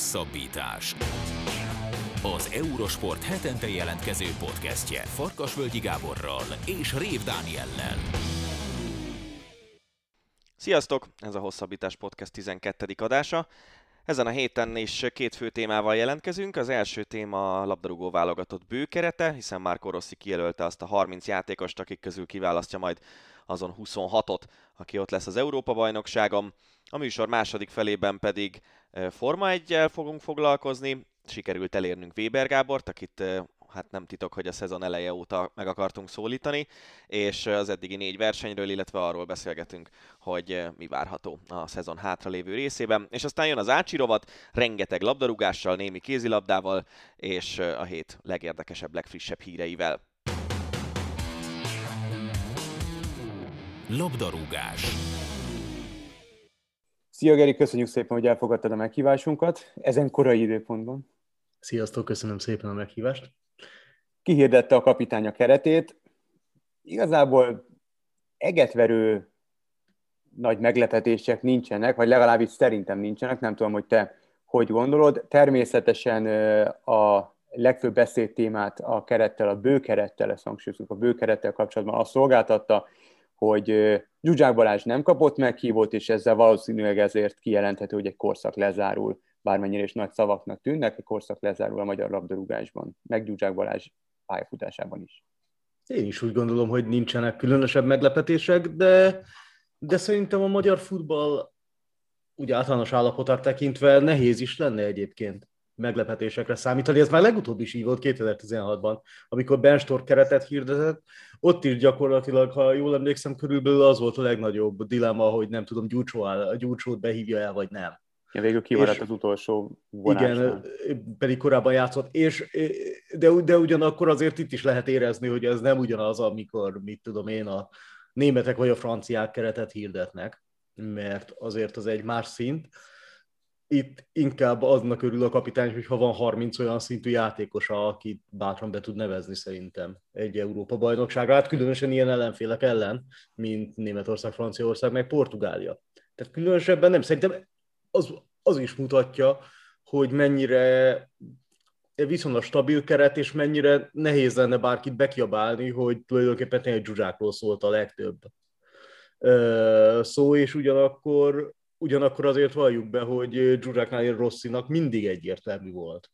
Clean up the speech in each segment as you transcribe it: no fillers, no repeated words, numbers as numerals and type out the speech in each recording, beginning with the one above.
Hosszabbítás. Az Eurosport hetente jelentkező podcastje Farkasvölgyi Gáborral és Rév Dániellel. Sziasztok! Ez a Hosszabbítás podcast 12. adása. Ezen a héten is két fő témával jelentkezünk. Az első téma a labdarúgó válogatott bőkerete, hiszen Marco Rossi kijelölte azt a 30 játékost, akik közül kiválasztja majd azon 26-ot, aki ott lesz az Európa-bajnokságon. A műsor második felében pedig Forma 1-jel fogunk foglalkozni. Sikerült elérnünk Weber Gábort, akit hát nem titok, hogy a szezon eleje óta meg akartunk szólítani, és az eddigi 4 versenyről, illetve arról beszélgetünk, hogy mi várható a szezon hátralévő részében. És aztán jön az Ácsi rovat, rengeteg labdarúgással, némi kézilabdával, és a hét legérdekesebb, legfrissebb híreivel. Labdarúgás. Szia Geri, köszönjük szépen, hogy elfogadtad a meghívásunkat ezen korai időpontban. Sziasztok, köszönöm szépen a meghívást. Kihirdette a kapitány a keretét. Igazából egetverő nagy meglepetések nincsenek, vagy legalábbis szerintem nincsenek, nem tudom, hogy te hogy gondolod. Természetesen a legfőbb beszédtémát a kerettel, a bőkerettel, ezt hangsúlyozunk, a bőkerettel kapcsolatban azt szolgáltatta, hogy Zsuzsák Balázs nem kapott meghívót, és ezzel valószínűleg ezért kijelenthető, hogy egy korszak lezárul, bármennyire is nagy szavaknak tűnnek, egy korszak lezárul a magyar labdarúgásban, meg Zsuzsák Balázs pályafutásában is. Én is úgy gondolom, hogy nincsenek különösebb meglepetések, de szerintem a magyar futball úgy általános állapotát tekintve nehéz is lenne egyébként meglepetésekre számítani. Ez már legutóbb is így volt 2016-ban, amikor Ben Stork keretet hirdetett. Ott is gyakorlatilag, ha jól emlékszem, körülbelül az volt a legnagyobb dilemma, hogy nem tudom, Gyurcsót behívja el, vagy nem. Ja, végül kimaradt az utolsó vonásnál. Igen, pedig korábban játszott, de ugyanakkor azért itt is lehet érezni, hogy ez nem ugyanaz, amikor, mit tudom én, a németek vagy a franciák keretet hirdetnek, mert azért az egy más szint. Itt inkább aznak örül a kapitány, hogyha van 30 olyan szintű játékosa, akit bátran be tud nevezni szerintem egy Európa-bajnokságra. Hát különösen ilyen ellenfélek ellen, mint Németország, Franciaország, meg Portugália. Tehát különösebben nem. Szerintem az is mutatja, hogy mennyire viszonylag stabil keret, és mennyire nehéz lenne bárkit bekiabálni, hogy tulajdonképpen tényleg Zsuzsákról szólt a legtöbb szó, és ugyanakkor azért valljuk be, hogy Zsuzsáknál Rossinak mindig egyértelmű volt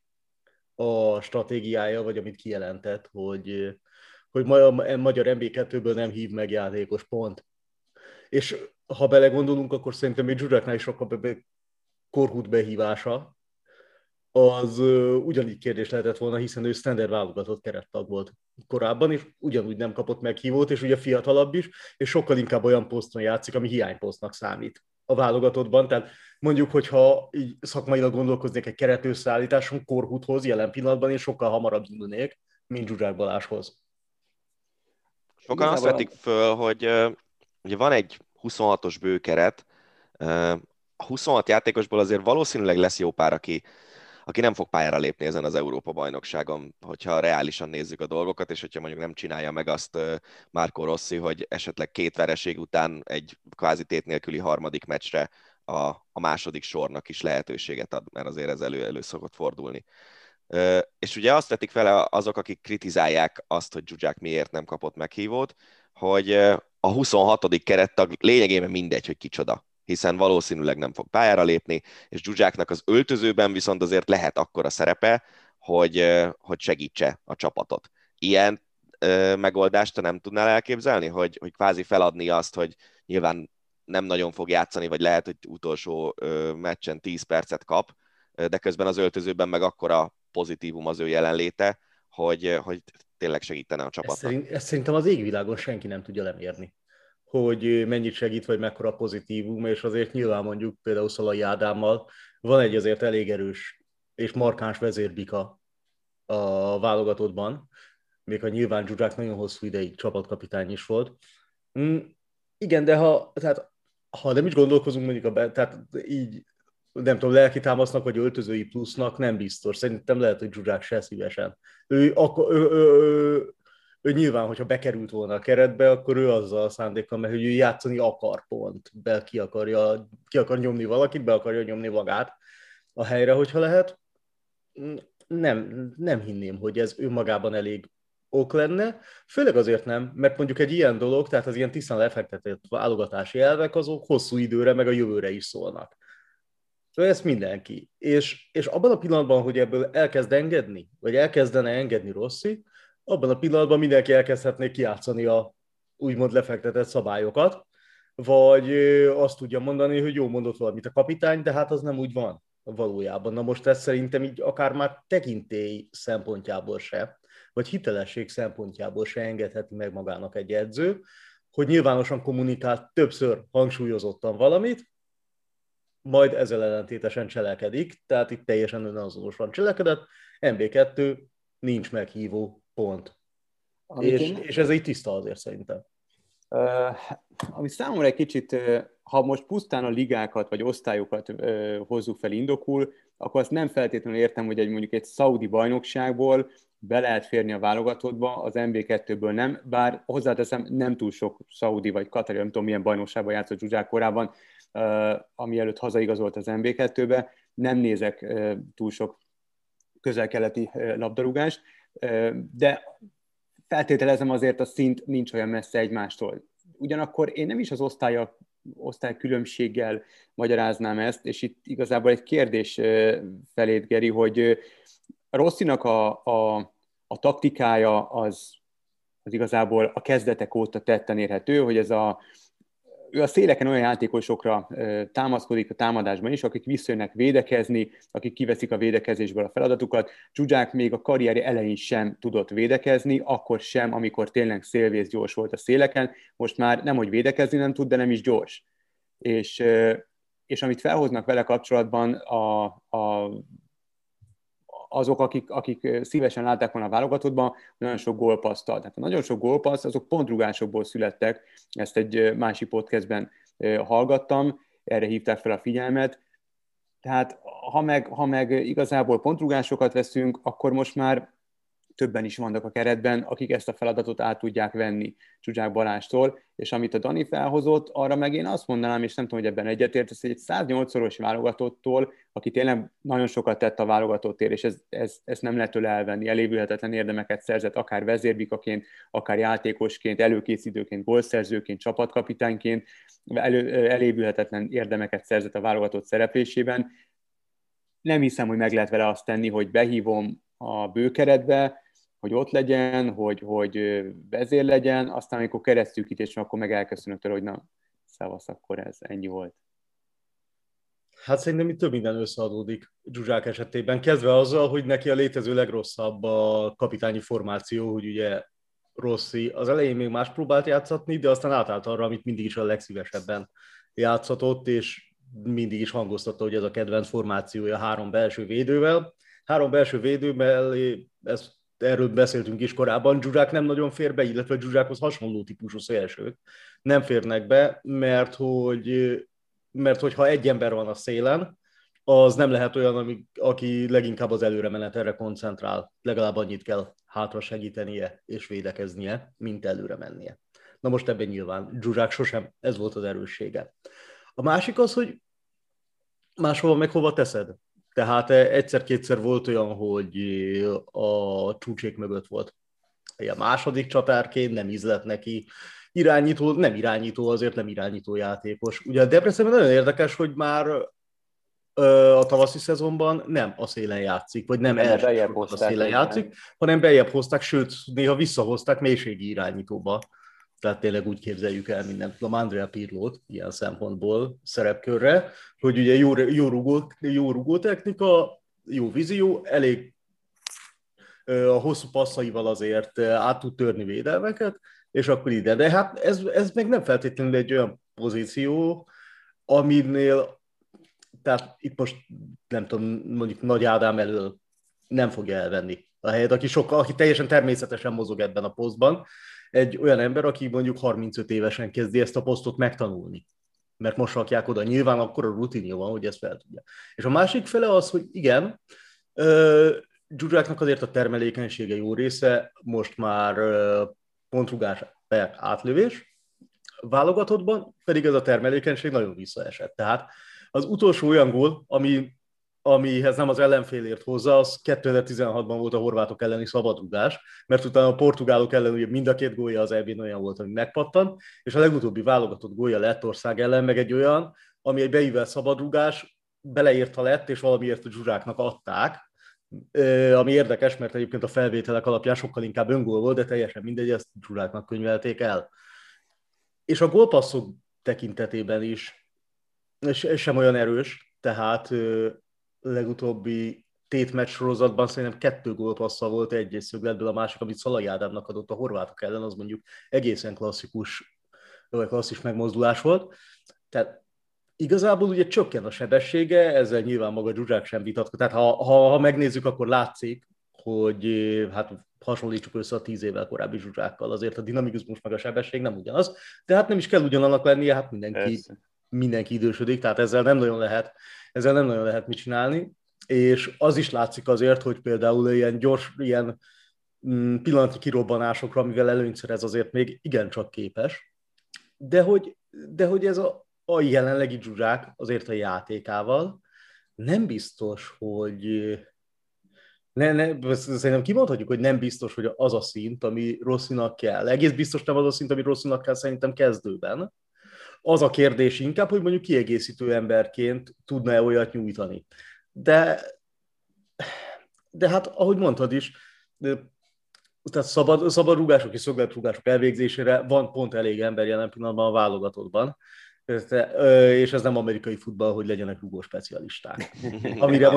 a stratégiája, vagy amit kijelentett, hogy a magyar MB2-ből nem hív meg játékos, pont. És ha belegondolunk, akkor szerintem még Zsuzsáknál is sokkal Korhut behívása, az ugyanígy kérdés lehetett volna, hiszen ő standard válogatott kerettag volt korábban, és ugyanúgy nem kapott meghívót, és ugye fiatalabb is, és sokkal inkább olyan poszton játszik, ami hiányposztnak számít a válogatottban. Tehát mondjuk, hogyha így szakmailag gondolkoznék egy keretösszeállításon, Korhuthoz jelen pillanatban én sokkal hamarabb indulnék, mint Zsuzsák Balázshoz. Sokan azt vetik föl, hogy ugye van egy 26-os bőkeret, a 26 játékosból azért valószínűleg lesz jó pár, aki nem fog pályára lépni ezen az Európa-bajnokságon, hogyha reálisan nézzük a dolgokat, és hogyha mondjuk nem csinálja meg azt Marco Rossi, hogy esetleg 2 vereség után egy kvázi tét nélküli harmadik meccsre a második sornak is lehetőséget ad, mert azért ez elő szokott fordulni. És ugye azt vetik fel azok, akik kritizálják azt, hogy Zsuzsák miért nem kapott meghívót, hogy a 26. kerettag lényegében mindegy, hogy kicsoda, hiszen valószínűleg nem fog pályára lépni, és Zsuzsáknak az öltözőben viszont azért lehet akkora szerepe, hogy segítse a csapatot. Ilyen megoldást te nem tudnál elképzelni, hogy kvázi feladni azt, hogy nyilván nem nagyon fog játszani, vagy lehet, hogy utolsó meccsen 10 percet kap, de közben az öltözőben meg akkora pozitívum az ő jelenléte, hogy tényleg segítene a csapatnak. Ezt szerintem az égvilágon senki nem tudja lemérni, hogy mennyit segít, vagy mekkora pozitívum, és azért nyilván mondjuk például Szalai Ádámmal van egy azért elég erős és markáns vezérbika a válogatottban, még ha nyilván Zsuzsák nagyon hosszú ideig csapatkapitány is volt. Igen, de ha nem is gondolkozunk mondjuk tehát így nem tudom, lelki támasznak vagy öltözői plusznak nem biztos. Szerintem lehet, hogy Zsuzsák se szívesen. Ő nyilván, hogyha bekerült volna a keretbe, akkor ő azzal a szándékkal, mert hogy ő játszani akar pont. Ki akar nyomni valakit, be akarja nyomni magát. a helyre, hogyha lehet. Nem hinném, hogy ez önmagában elég ok lenne, főleg azért nem, mert mondjuk egy ilyen dolog, tehát az ilyen tisztán lefektetett válogatási elvek, azok hosszú időre, meg a jövőre is szólnak. Ez mindenki. És abban a pillanatban, hogy ebből elkezd engedni, vagy elkezdene engedni Rossi, abban a pillanatban mindenki elkezdhetné kijátszani a úgymond lefektetett szabályokat, vagy azt tudja mondani, hogy jó, mondott valamit a kapitány, de hát az nem úgy van valójában. Na most ez szerintem így akár már tekintély szempontjából se, vagy hitelesség szempontjából se engedheti meg magának egy edző, hogy nyilvánosan kommunikált többször hangsúlyozottan valamit, majd ezzel ellentétesen cselekedik, tehát itt teljesen önazonosan cselekedett, MB2 nincs meghívó, pont. És ez így tiszta azért szerintem. Ami számomra egy kicsit, ha most pusztán a ligákat vagy osztályokat hozzuk fel indokul, akkor azt nem feltétlenül értem, hogy mondjuk egy szaudi bajnokságból be lehet férni a válogatottba, az MB2-ből nem, bár hozzáteszem, nem túl sok szaudi vagy katari, nem tudom milyen bajnokságban játszott Zsuzsák korábban, ami előtt hazaigazolt az MB2-be, nem nézek túl sok közel-keleti labdarúgást, de feltételezem azért a szint nincs olyan messze egymástól. Ugyanakkor én nem is az osztály különbséggel magyaráznám ezt, és itt igazából egy kérdés felét, Geri, hogy Rossinak a taktikája az igazából a kezdetek óta tetten érhető, hogy ő a széleken olyan játékosokra támaszkodik a támadásban is, akik visszajönnek védekezni, akik kiveszik a védekezésből a feladatukat. Zsuzsák még a karrierje elején sem tudott védekezni, akkor sem, amikor tényleg szélvész gyors volt a széleken. Most már nem, hogy védekezni nem tud, de nem is gyors. És amit felhoznak vele kapcsolatban azok, akik szívesen látták volna a válogatottban, nagyon sok gólpasszt ad. Tehát a nagyon sok gólpassz, azok pontrugásokból születtek, ezt egy másik podcastben hallgattam, erre hívták fel a figyelmet. Tehát ha meg igazából pontrugásokat veszünk, akkor most már többen is vannak a keretben, akik ezt a feladatot át tudják venni Zsuzsák Balástól, és amit a Dani felhozott, arra meg én azt mondanám, és nem tudom, hogy ebben egyetértesz, hogy egy 108-szoros válogatottól, aki tényleg nagyon sokat tett a válogatottért, és ez nem lehet tőle elvenni, elévülhetetlen érdemeket szerzett, akár vezérbikaként, akár játékosként, előkészítőként, gólszerzőként, csapatkapitányként, elévülhetetlen érdemeket szerzett a válogatott szereplésében. Nem hiszem, hogy meg lehet vele azt tenni, hogy behívom a bőkeretbe, hogy ott legyen, hogy vezér legyen, aztán amikor keresztülkítés, akkor meg elköszönök tőle, hogy na, szevasz, akkor ez ennyi volt. Hát szerintem itt több minden összeadódik Zsuzsák esetében, kezdve azzal, hogy neki a létező legrosszabb a kapitányi formáció, hogy ugye Rossi az elején még más próbált játszatni, de aztán átállt arra, amit mindig is a legszívesebben játszhatott, és mindig is hangoztatta, hogy ez a kedvenc formációja 3 belső védővel. 3 belső védővel, erről beszéltünk is korábban, Zsuzsák nem nagyon fér be, illetve Zsuzsákhoz hasonló típusú szélsők nem férnek be, mert hogyha egy ember van a szélen, az nem lehet olyan, aki leginkább az előremenetelre koncentrál. Legalább annyit kell hátra segítenie és védekeznie, mint előre mennie. Na most ebben nyilván Zsuzsák sosem ez volt az erőssége. A másik az, hogy máshova meg hova teszed. Tehát egyszer-kétszer volt olyan, hogy a csúcsék mögött volt. A második csatárként nem ízlett neki. Irányító, nem irányító, azért nem irányító játékos. Ugye a Debrecenben nagyon érdekes, hogy már a tavaszi szezonban nem a szélen játszik, vagy nem elsősorban a szélen játszik, hanem beljebb hozták, sőt, néha visszahozták mélységi irányítóba. Tehát tényleg úgy képzeljük el mindent. Tudom, Andrea Pirlót ilyen szempontból szerepkörre, hogy ugye jó rugótechnika, jó vízió, elég a hosszú passzaival azért át tud törni védelmeket, és akkor ide. De hát ez meg nem feltétlenül egy olyan pozíció, aminél, tehát itt most nem tudom, mondjuk Nagy Ádám elől nem fogja elvenni a helyet, aki teljesen természetesen mozog ebben a posztban. Egy olyan ember, aki mondjuk 35 évesen kezdi ezt a posztot megtanulni. Mert most rakják oda. Nyilván akkor a rutinja van, hogy ezt fel tudja. És a másik fele az, hogy igen, Zsuzsáknak azért a termelékenysége jó része, most már pontrugás per átlövés, válogatottban pedig ez a termelékenység nagyon visszaesett. Tehát az utolsó olyan gól, amihez nem az ellenfél ért hozzá, az 2016-ban volt a horvátok elleni szabadrugás, mert utána a portugálok ellen ugye mind a két gólja az EB-n olyan volt, ami megpattant, és a legutóbbi válogatott gólja Lettország ellen meg egy olyan, ami egy beívelt szabadrugás, beleírta lett, és valamiért a Zsuráknak adták, ami érdekes, mert egyébként a felvételek alapján sokkal inkább öngól volt, de teljesen mindegy, ezt Zsuráknak könyvelték el. És a gólpasszok tekintetében is sem olyan erős, tehát legutóbbi tétmeccs sorozatban szerintem 2 gólpassza volt egy szögletből, a másik, amit Szalai Ádámnak adott a horvátok ellen, az mondjuk egészen klasszikus, vagy klasszikus megmozdulás volt. Tehát igazából ugye csökken a sebessége, ezzel nyilván maga Zsuzsák sem vitatkozik. Tehát ha megnézzük, akkor látszik, hogy hát hasonlítsuk össze a 10 évvel korábbi Zsuzsákkal. Azért a dinamizmus meg a sebesség nem ugyanaz, de hát nem is kell ugyanannak lennie, hát mindenki idősödik, tehát ezzel nem nagyon lehet mit csinálni. És az is látszik azért, hogy például ilyen gyors, ilyen pillanatnyi kirobbanásokra, amivel előnyt szerez, azért még igencsak képes. De hogy ez a jelenlegi Zsuzsák azért a játékával nem biztos, hogy szerintem kimondhatjuk, hogy nem biztos, hogy az a szint, ami Rossinak kell. Egész biztos nem az a szint, ami Rossinak kell szerintem kezdőben. Az a kérdés inkább, hogy mondjuk kiegészítő emberként tudna-e olyat nyújtani. De hát, ahogy mondtad is, tehát szabad rúgások és szögletrúgások elvégzésére van pont elég ember jelen pillanatban a válogatottban, és ez nem amerikai futball, hogy legyenek rúgó specialisták. Amire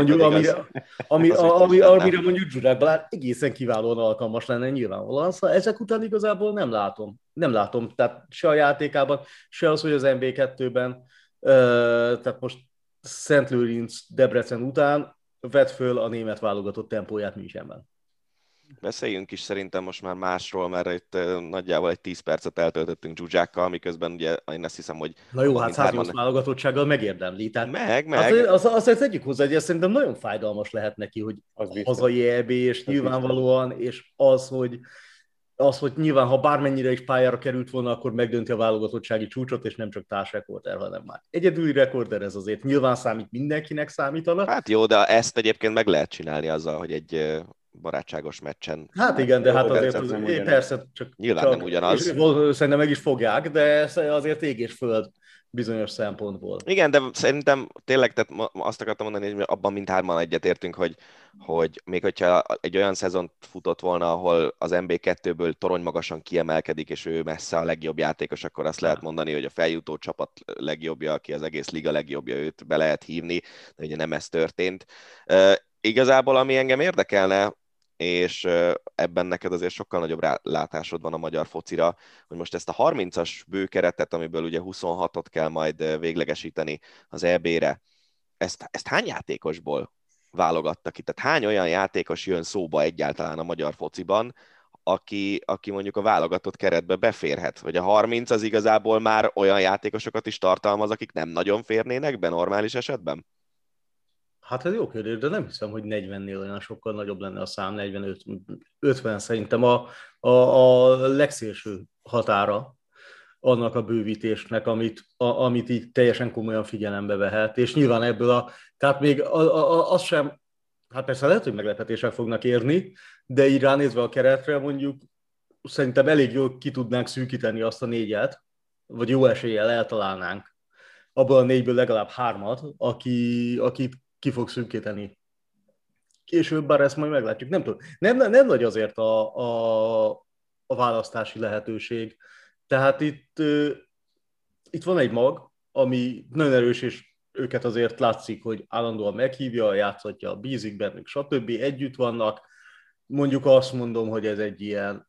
mondjuk Zsuzsák Balázs egészen kiválóan alkalmas lenne nyilvánvalóan. Szóval ezek után igazából nem látom. Tehát se a játékában, se az, hogy az MB2-ben, tehát most Szent Lőrinc Debrecen után vett föl a német válogatott tempóját Münchenben. Beszéljünk is szerintem most már másról, mert itt nagyjából egy 10 percet eltöltöttünk Zsuzsákkal, miközben ugye én azt hiszem, hogy... Na jó, hát 108 válogatottsággal megérdemli. Tehát meg. Azt tegyük hozzá, hogy szerintem nagyon fájdalmas lehet neki, hogy hazai EB, és nyilvánvalóan, és az, hogy nyilván, ha bármennyire is pályára került volna, akkor megdönti a válogatottsági csúcsot, és nem csak társrekorder, hanem már egyedüli rekorder, ez azért nyilván mindenkinek számítana. Hát jó, de ezt egyébként meg lehet csinálni azzal, hogy egy barátságos meccsen. Hát igen, de hát azért persze csak... Nyilván nem ugyanaz. Szerintem meg is fogják, de azért ég és föld bizonyos szempontból. Igen, de szerintem tényleg, tehát azt akartam mondani, hogy abban mindhárman egyetértünk, hogy még hogyha egy olyan szezont futott volna, ahol az MB2-ből torony magasan kiemelkedik, és ő messze a legjobb játékos, akkor azt lehet mondani, hogy a feljutó csapat legjobbja, aki az egész liga legjobbja, őt be lehet hívni, de ugye nem ez történt. Igazából, ami engem érdekelne, és ebben neked azért sokkal nagyobb látásod van a magyar focira, hogy most ezt a 30-as bőkeretet, amiből ugye 26-ot kell majd véglegesíteni az EB-re, ezt hány játékosból válogattak ki? Tehát hány olyan játékos jön szóba egyáltalán a magyar fociban, aki mondjuk a válogatott keretbe beférhet? Vagy a 30 az igazából már olyan játékosokat is tartalmaz, akik nem nagyon férnének be normális esetben? Hát ez jó kérdés, de nem hiszem, hogy 40-nél olyan sokkal nagyobb lenne a szám, 45-50 szerintem a legszélső határa annak a bővítésnek, amit így teljesen komolyan figyelembe vehet, és nyilván ebből tehát még az sem, hát persze lehet, hogy meglepetések fognak érni, de így ránézve a keretre mondjuk szerintem elég jól ki tudnánk szűkíteni azt a 4-et, vagy jó eséllyel eltalálnánk abból a 4-ből legalább 3-at, akit ki fog szűkíteni. Később, bár ezt majd meglátjuk. Nem tudom. Nem nagy azért a választási lehetőség. Tehát itt van egy mag, ami nagyon erős, és őket azért látszik, hogy állandóan meghívja, játszatja, bízik bennük, stb. Együtt vannak. Mondjuk azt mondom, hogy ez egy ilyen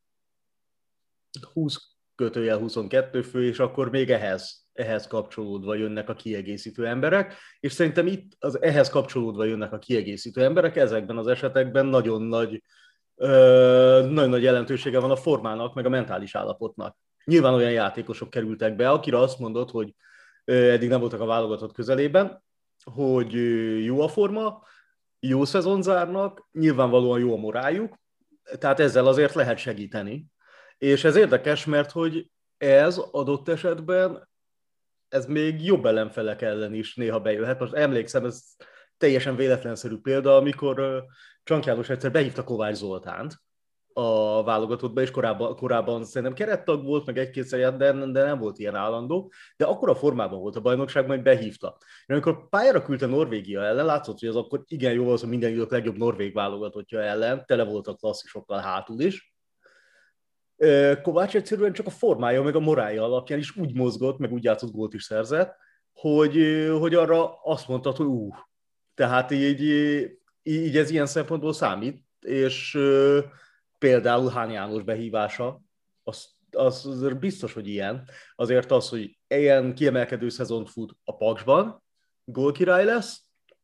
20-22 fő, és akkor még ehhez kapcsolódva jönnek a kiegészítő emberek, és szerintem itt az ehhez kapcsolódva jönnek a kiegészítő emberek, ezekben az esetekben nagyon nagy jelentősége van a formának, meg a mentális állapotnak. Nyilván olyan játékosok kerültek be, akire azt mondod, hogy eddig nem voltak a válogatott közelében, hogy jó a forma, jó szezon zárnak, nyilvánvalóan jó a moráljuk, tehát ezzel azért lehet segíteni. És ez érdekes, mert hogy ez adott esetben ez még jobb ellenfelek ellen is néha bejöhet. Most emlékszem, ez teljesen véletlenszerű példa, amikor Csank János egyszer behívta Kovács Zoltánt a válogatottba, és korábban szerintem kerettag volt, meg egy-kétszer, de nem volt ilyen állandó, de akkor a formában volt a bajnokságban, hogy behívta. És amikor pályára küldte Norvégia ellen, látszott, hogy az akkor igen jó az a minden idők legjobb norvég válogatottja ellen, tele volt a klasszisokkal hátul is. Kovács egyszerűen csak a formája, meg a morálja alapján is úgy mozgott, meg úgy játszott, gólt is szerzett, hogy arra azt mondtad, hogy tehát így ez ilyen szempontból számít, és például Hán János behívása, az biztos, hogy ilyen. Azért az, hogy ilyen kiemelkedő szezont fut a Paksban, gólkirály lesz,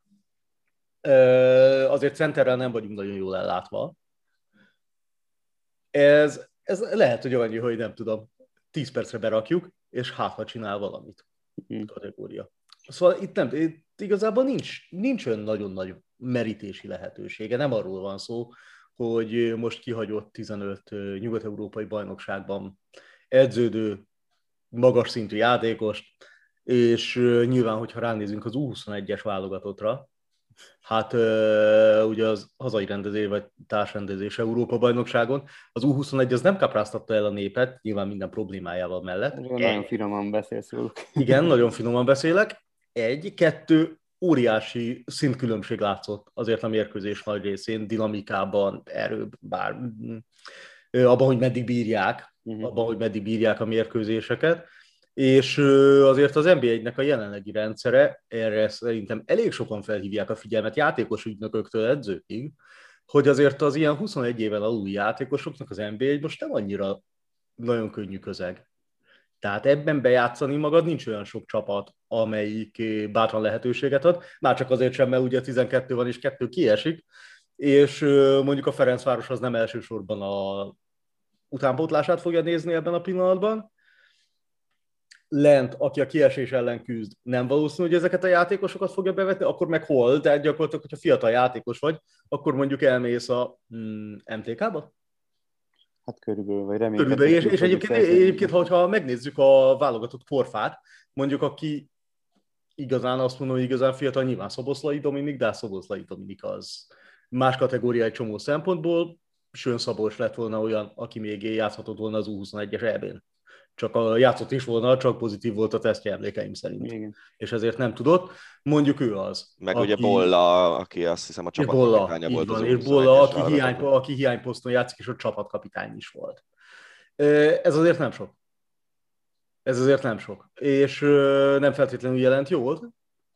azért centerrel nem vagyunk nagyon jól ellátva. Ez lehet, hogy annyi, hogy nem tudom, 10 percre berakjuk, és ha csinál valamit. Kategória. Szóval itt igazából nincs olyan nagyon nagy merítési lehetősége. Nem arról van szó, hogy most kihagyott 15 nyugat-európai bajnokságban edződő, magas szintű játékost, és nyilván, hogyha ránézünk az U21-es válogatottra, hát ugye az hazai rendezés vagy társrendezés Európa-bajnokságon, az U21 az nem kapráztatta el a népet, nyilván minden problémájával mellett. Nagyon finoman beszélsz róluk. Igen, nagyon finoman beszélek. 1-2 óriási szintkülönbség látszott azért a mérkőzés nagy részén, dinamikában, erőben, abban, hogy meddig bírják a mérkőzéseket. És azért az NB1-nek a jelenlegi rendszere, erre szerintem elég sokan felhívják a figyelmet játékos ügynököktől edzőkig, hogy azért az ilyen 21 éven aluli játékosoknak az NB1 most nem annyira nagyon könnyű közeg. Tehát ebben bejátszani magad nincs olyan sok csapat, amelyik bátran lehetőséget ad, már csak azért sem, mert ugye 12 van és 2 kiesik, és mondjuk a Ferencváros az nem elsősorban a utánpótlását fogja nézni ebben a pillanatban. Lent, aki a kiesés ellen küzd, nem valószínű, hogy ezeket a játékosokat fogja bevetni, akkor meg hol, de gyakorlatilag, hogyha fiatal játékos vagy, akkor mondjuk elmész a MTK-ba? Hát körülbelül, vagy remélem. És egyébként, ha megnézzük a válogatott korfát, mondjuk aki igazán azt mondom, hogy igazán fiatal, nyilván Szoboszlai Dominik, de Szoboszlai Dominik az más kategória egy csomó szempontból, Sőn Szabolcs lett volna olyan, aki még játszhatott volna az U21-es EB-n. Csak játszott is volna, csak pozitív volt a tesztje emlékeim szerint. Igen. És ezért nem tudott. Mondjuk ő az. Meg ugye Bolla, aki azt hiszem a csapatkapitánya volt. És Bolla, aki hiányposzton játszik, és a csapatkapitány is volt. Ez azért nem sok. És nem feltétlenül jelent jól.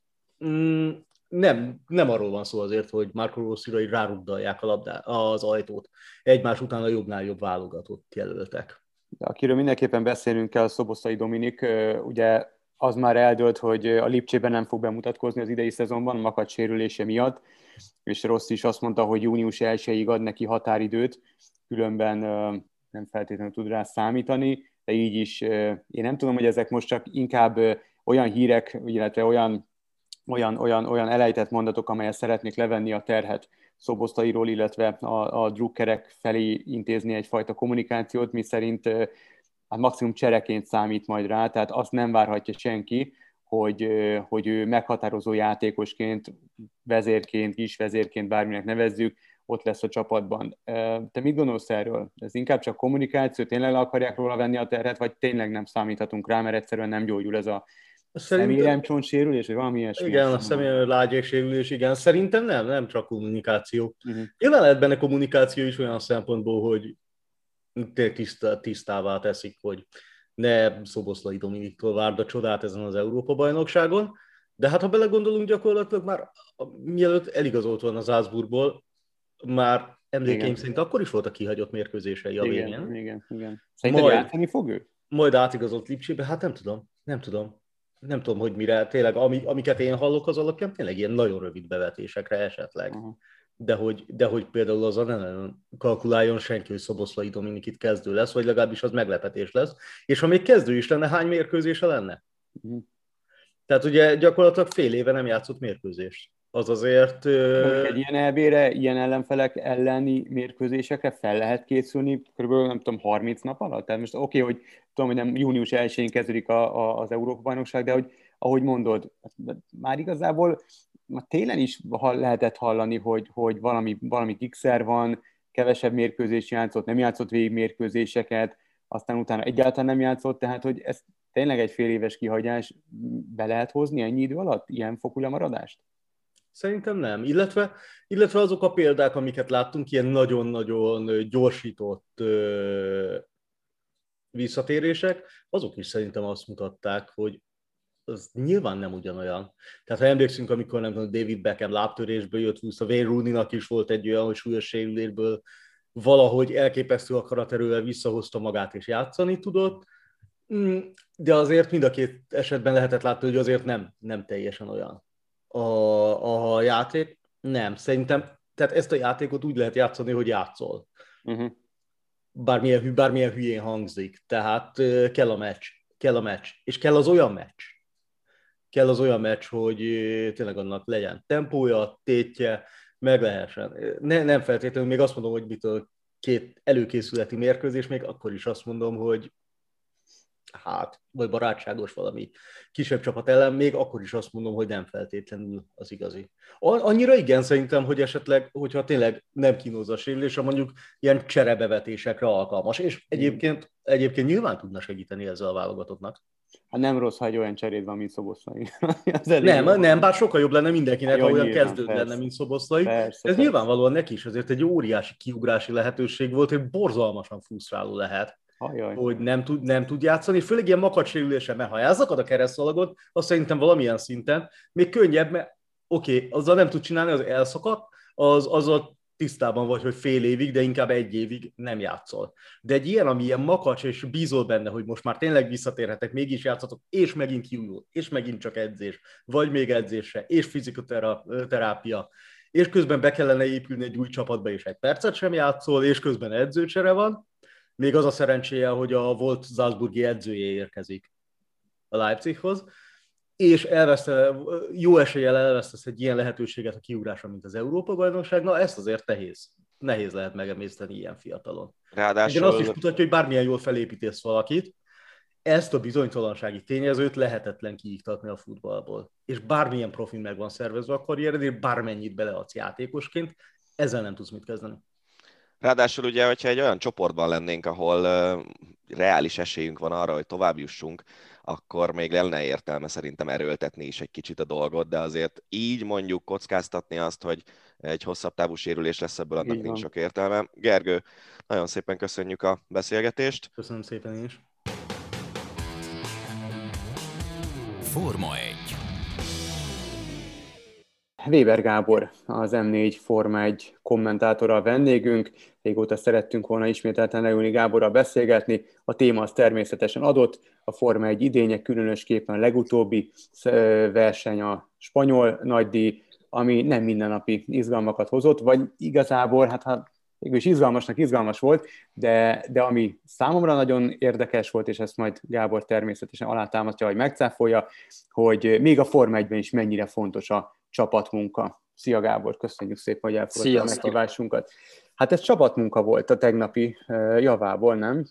Nem arról van szó azért, hogy Marco Rossira így rárugdalják az ajtót. Egymás után a jobbnál jobb válogatott jelöltek. De akiről mindenképpen beszélünk kell, Szoboszlai Dominik, ugye az már eldőlt, hogy a Lipcsében nem fog bemutatkozni az idei szezonban, a makacs sérülése miatt, és Rossi is azt mondta, hogy június 1-ig ad neki határidőt, különben nem feltétlenül tud rá számítani, de így is én nem tudom, hogy ezek most csak inkább olyan hírek, illetve olyan elejtett mondatok, amelyet szeretnék levenni a terhet Szoboszlairól, illetve a drukkerek felé intézni egyfajta kommunikációt, mi szerint hát maximum csereként számít majd rá, tehát azt nem várhatja senki, hogy ő meghatározó játékosként, vezérként, kisvezérként, bárminek nevezzük, ott lesz a csapatban. Te mit gondolsz erről? Ez inkább csak kommunikáció, tényleg le akarják róla venni a terhet, vagy tényleg nem számíthatunk rá, mert egyszerűen nem gyógyul ez a szeméremcsontsérülés, vagy valami ilyesmi? Igen, a szeméremlágyéksérülés, igen. Szerintem nem csak kommunikáció. Nyilván lehet benne kommunikáció is olyan szempontból, hogy tisztává teszik, hogy ne Szoboszlai Dominiktól várd a csodát ezen az Európa-bajnokságon, de hát ha belegondolunk, gyakorlatilag már mielőtt eligazolt volna Salzburgból, már emlékeim szerint akkor is voltak kihagyott mérkőzései a végén. Igen. Szerinted játszani fog ő? Majd átigazolt Lipcsébe, hát nem tudom, hogy mire, tényleg, amiket én hallok az alapján, tényleg ilyen nagyon rövid bevetésekre esetleg. De hogy például azzal nem kalkuláljon senki, hogy Szoboszlai Dominik itt kezdő lesz, vagy legalábbis az meglepetés lesz. És ha még kezdő is lenne, hány mérkőzése lenne? Tehát ugye gyakorlatilag fél éve nem játszott mérkőzést. Az azért... Egy ilyen EB-re, ilyen ellenfelek elleni mérkőzésekre fel lehet készülni körülbelül, nem tudom, 30 nap alatt? Tehát most oké, hogy tudom, hogy nem június 1-én kezdődik az Európa-bajnokság, de hogy, ahogy mondod, már igazából télen is lehetett hallani, hogy valami gigszer van, kevesebb mérkőzés játszott, nem játszott végig mérkőzéseket, aztán utána egyáltalán nem játszott, tehát hogy ez tényleg egy fél éves kihagyás, be lehet hozni ennyi idő alatt ilyen fokú lemaradást? Szerintem nem. Illetve azok a példák, amiket láttunk, ilyen nagyon-nagyon gyorsított visszatérések, azok is szerintem azt mutatták, hogy az nyilván nem ugyanolyan. Tehát ha emlékszünk, amikor nem tudom, David Beckham lábtörésből jött vissza, Wayne Rooney-nak is volt egy olyan, hogy súlyos sérülésből valahogy elképesztő akaraterővel visszahozta magát és játszani tudott, de azért mind a két esetben lehetett látni, hogy azért nem teljesen olyan a játék. Nem, szerintem, tehát ezt a játékot úgy lehet játszani, hogy játszol. Uh-huh. Bármilyen hülyén hangzik. Tehát kell a meccs. És kell az olyan meccs, hogy tényleg annak legyen tempója, tétje, meg lehessen. Nem feltétlenül, még azt mondom, hogy mitől 2 előkészületi mérkőzés, még akkor is azt mondom, hogy vagy barátságos valami kisebb csapat ellen, még akkor is azt mondom, hogy nem feltétlenül az igazi. Annyira igen, szerintem, hogy esetleg, hogyha tényleg nem kínozza a sérülésre, mondjuk ilyen cserebevetésekre alkalmas, és egyébként nyilván tudna segíteni ezzel a válogatottnak. Hát nem rossz, ha egy olyan cseréd van, mint Szoboszlai. Nem, bár sokkal jobb lenne mindenkinek, ha olyan kezdőd lenne, mint Szoboszlai. Ez nyilvánvalóan neki is azért egy óriási kiugrási lehetőség volt, hogy borzalmasan frusztráló lehet. Ajaj. Hogy nem tud játszani, főleg ilyen makadsérülése, mert ha elszakad a keresztszalagot, azt szerintem valamilyen szinten még könnyebb, mert azzal nem tud csinálni, az elszakadt, azzal tisztában vagy, hogy fél évig, de inkább 1 évig nem játszol. De egy ilyen, ami ilyen makacs, és bízol benne, hogy most már tényleg visszatérhetek, mégis játszatok, és megint kiújul, és megint csak edzés, vagy még edzésre, és fizikoterápia, és közben be kellene épülni egy új csapatba, és 1 percet sem játszol, és közben edzőcsere van. Még az a szerencséje, hogy a volt Salzburgi edzője érkezik a Leipzighoz, és jó eséllyel elvesztesz egy ilyen lehetőséget a kiugrásra, mint az Európa-bajnokság, na ezt azért nehéz lehet megemészteni ilyen fiatalon. Ráadásul azt is mutatja, hogy bármilyen jól felépítesz valakit, ezt a bizonytalansági tényezőt lehetetlen kiiktatni a futballból. És bármilyen profil meg van szervezve a karriered, és bármennyit beleadsz játékosként, ezzel nem tudsz mit kezdeni. Ráadásul ugye, hogyha egy olyan csoportban lennénk, ahol reális esélyünk van arra, hogy tovább jussunk, akkor még lenne értelme szerintem erőltetni is egy kicsit a dolgot, de azért így mondjuk kockáztatni azt, hogy egy hosszabb távú sérülés lesz ebből, annak nincs sok értelme. Gergő, nagyon szépen köszönjük a beszélgetést. Köszönöm szépen én is. Forma 1. Weber Gábor, az M4 Forma 1 kommentátora a vendégünk. Régóta szerettünk volna ismételten leülni Gáborral beszélgetni. A téma az természetesen adott. A Forma 1 idénye, különösképpen a legutóbbi verseny, a spanyol nagydíj, ami nem mindennapi izgalmakat hozott, vagy igazából, hát végülis izgalmas volt, de ami számomra nagyon érdekes volt, és ezt majd Gábor természetesen alátámasztja, hogy megcáfolja, hogy még a Forma 1-ben is mennyire fontos a csapatmunka. Szia Gábor, köszönjük szépen, hogy elfogadtad a meghívásunkat. Hát ez csapatmunka volt a tegnapi javából, nem?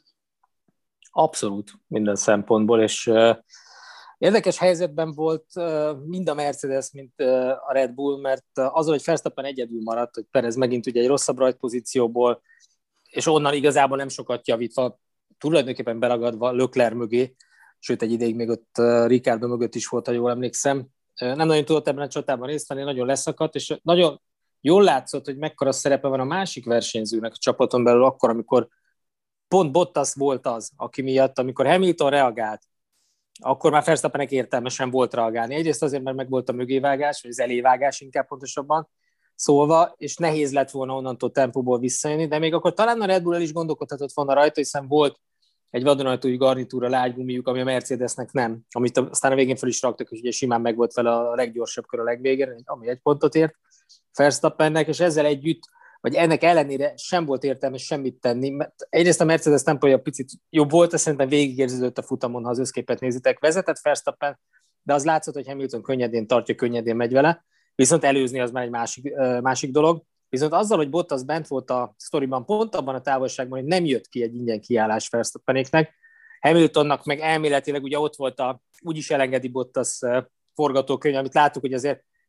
Abszolút, minden szempontból, és érdekes helyzetben volt mind a Mercedes, mint a Red Bull, mert azzal, hogy Verstappen egyedül maradt, hogy Perez megint ugye egy rosszabb rajtpozícióból, és onnan igazából nem sokat javítva, tulajdonképpen beragadva Leclerc mögé, sőt egy ideig még ott Ricciardo mögött is volt, ha jól emlékszem. Nem nagyon tudott ebben a csatában részt venni, nagyon leszakadt, és nagyon jól látszott, hogy mekkora szerepe van a másik versenyzőnek a csapaton belül akkor, amikor pont Bottas volt az, aki miatt, amikor Hamilton reagált, akkor már Verstappennek értelmesen volt reagálni. Egyrészt azért, mert meg volt a mögévágás, vagy az elévágás inkább pontosabban szólva, és nehéz lett volna onnantól tempóból visszajönni, de még akkor talán a Red Bull-el is gondolkodhatott volna rajta, hiszen volt egy vadonatúj garnitúra lágygumijuk, ami a Mercedesnek nem, amit aztán a végén fel is raktak, és ugye simán meg volt vele a leggyorsabb kör a legvégén, ami 1 pontot ért Verstappennek, és ezzel együtt, vagy ennek ellenére sem volt értelme semmit tenni, mert egyrészt a Mercedes tempója picit jobb volt, ez szerintem végigérződött a futamon, ha az összképet nézitek, vezetett Verstappen, de az látszott, hogy Hamilton könnyedén tartja, könnyedén megy vele, viszont előzni az már egy másik dolog. Viszont azzal, hogy Bottas bent volt a sztoriban pont abban a távolságban, hogy nem jött ki egy ingyen kiállás Verstappenéknek, Hamiltonnak meg elméletileg ugye ott volt úgyis elengedi Bottas forgatókönyv, amit láttuk, hogy azért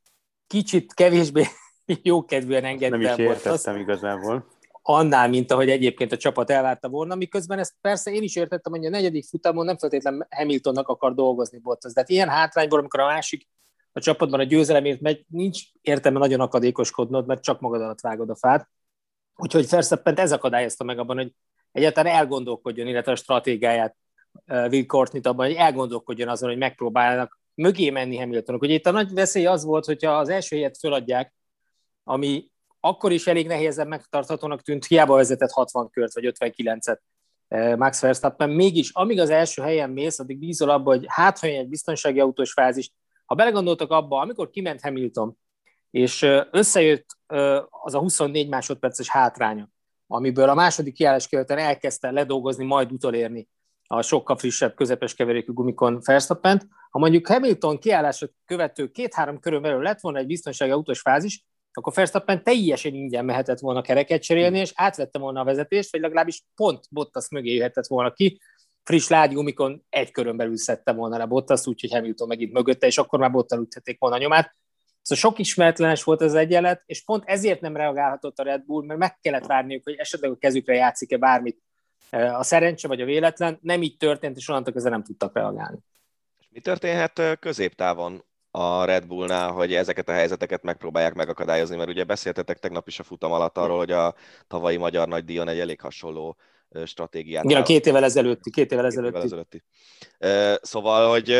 kicsit kevésbé jókedvűen engedte. Nem is értettem igazából. Annál, mint ahogy egyébként a csapat elvárta volna, miközben ezt persze én is értettem, hogy a negyedik futamon nem feltétlenül Hamiltonnak akar dolgozni Bottas. De hát ilyen hátrányból, amikor a másik a csapatban a győzelemért megy, nincs értelme nagyon akadékoskodnod, mert csak magad alatt vágod a fát. Úgyhogy Verstappent ez akadályozta meg abban, hogy egyáltalán elgondolkodjon, illetve a stratégiáját Will Courtney abban, hogy elgondolkodjon azon, hogy megpróbálnak mögé menni Hamiltonok. Ugye itt a nagy veszély az volt, hogyha az első helyet föladják, ami akkor is elég nehézen megtarthatónak tűnt, hiába vezetett 60 kört vagy 59-et Max Verstappen, mégis amíg az első helyen mész, addig bízol abba, hogy ha jön egy biztonsági autós fázis. Ha belegondoltak abba, amikor kiment Hamilton, és összejött az a 24 másodperces hátránya, amiből a második kiállás követően elkezdte ledolgozni, majd utolérni a sokkal frissebb, közepes keverékű gumikon Verstappent. Ha mondjuk Hamilton kiállását követő 2-3 körön belül lett volna egy biztonsági autós fázis, akkor Verstappen teljesen ingyen mehetett volna kereket cserélni, és átvette volna a vezetést, vagy legalábbis pont Bottas mögé jöhetett volna ki. Friss lágy gumikon egy körön belül szedte volna le Bottas, úgyhogy Hamilton megint mögötte, és akkor már Bottas üthették volna a nyomát. Szóval sok ismeretlenes volt ez egyenlet, és pont ezért nem reagálhatott a Red Bull, mert meg kellett várniuk, hogy esetleg a kezükre játszik-e bármit a szerencse vagy a véletlen. Nem így történt, és onnantól kezdve nem tudtak reagálni. Mi történhet középtávon a Red Bullnál, hogy ezeket a helyzeteket megpróbálják megakadályozni, mert ugye beszéltetek tegnap is a futam alatt arról, hogy a tavalyi magyar nagydíjon egy elég hasonló stratégiát. Igen, a 2 évvel ezelőtti. Szóval, hogy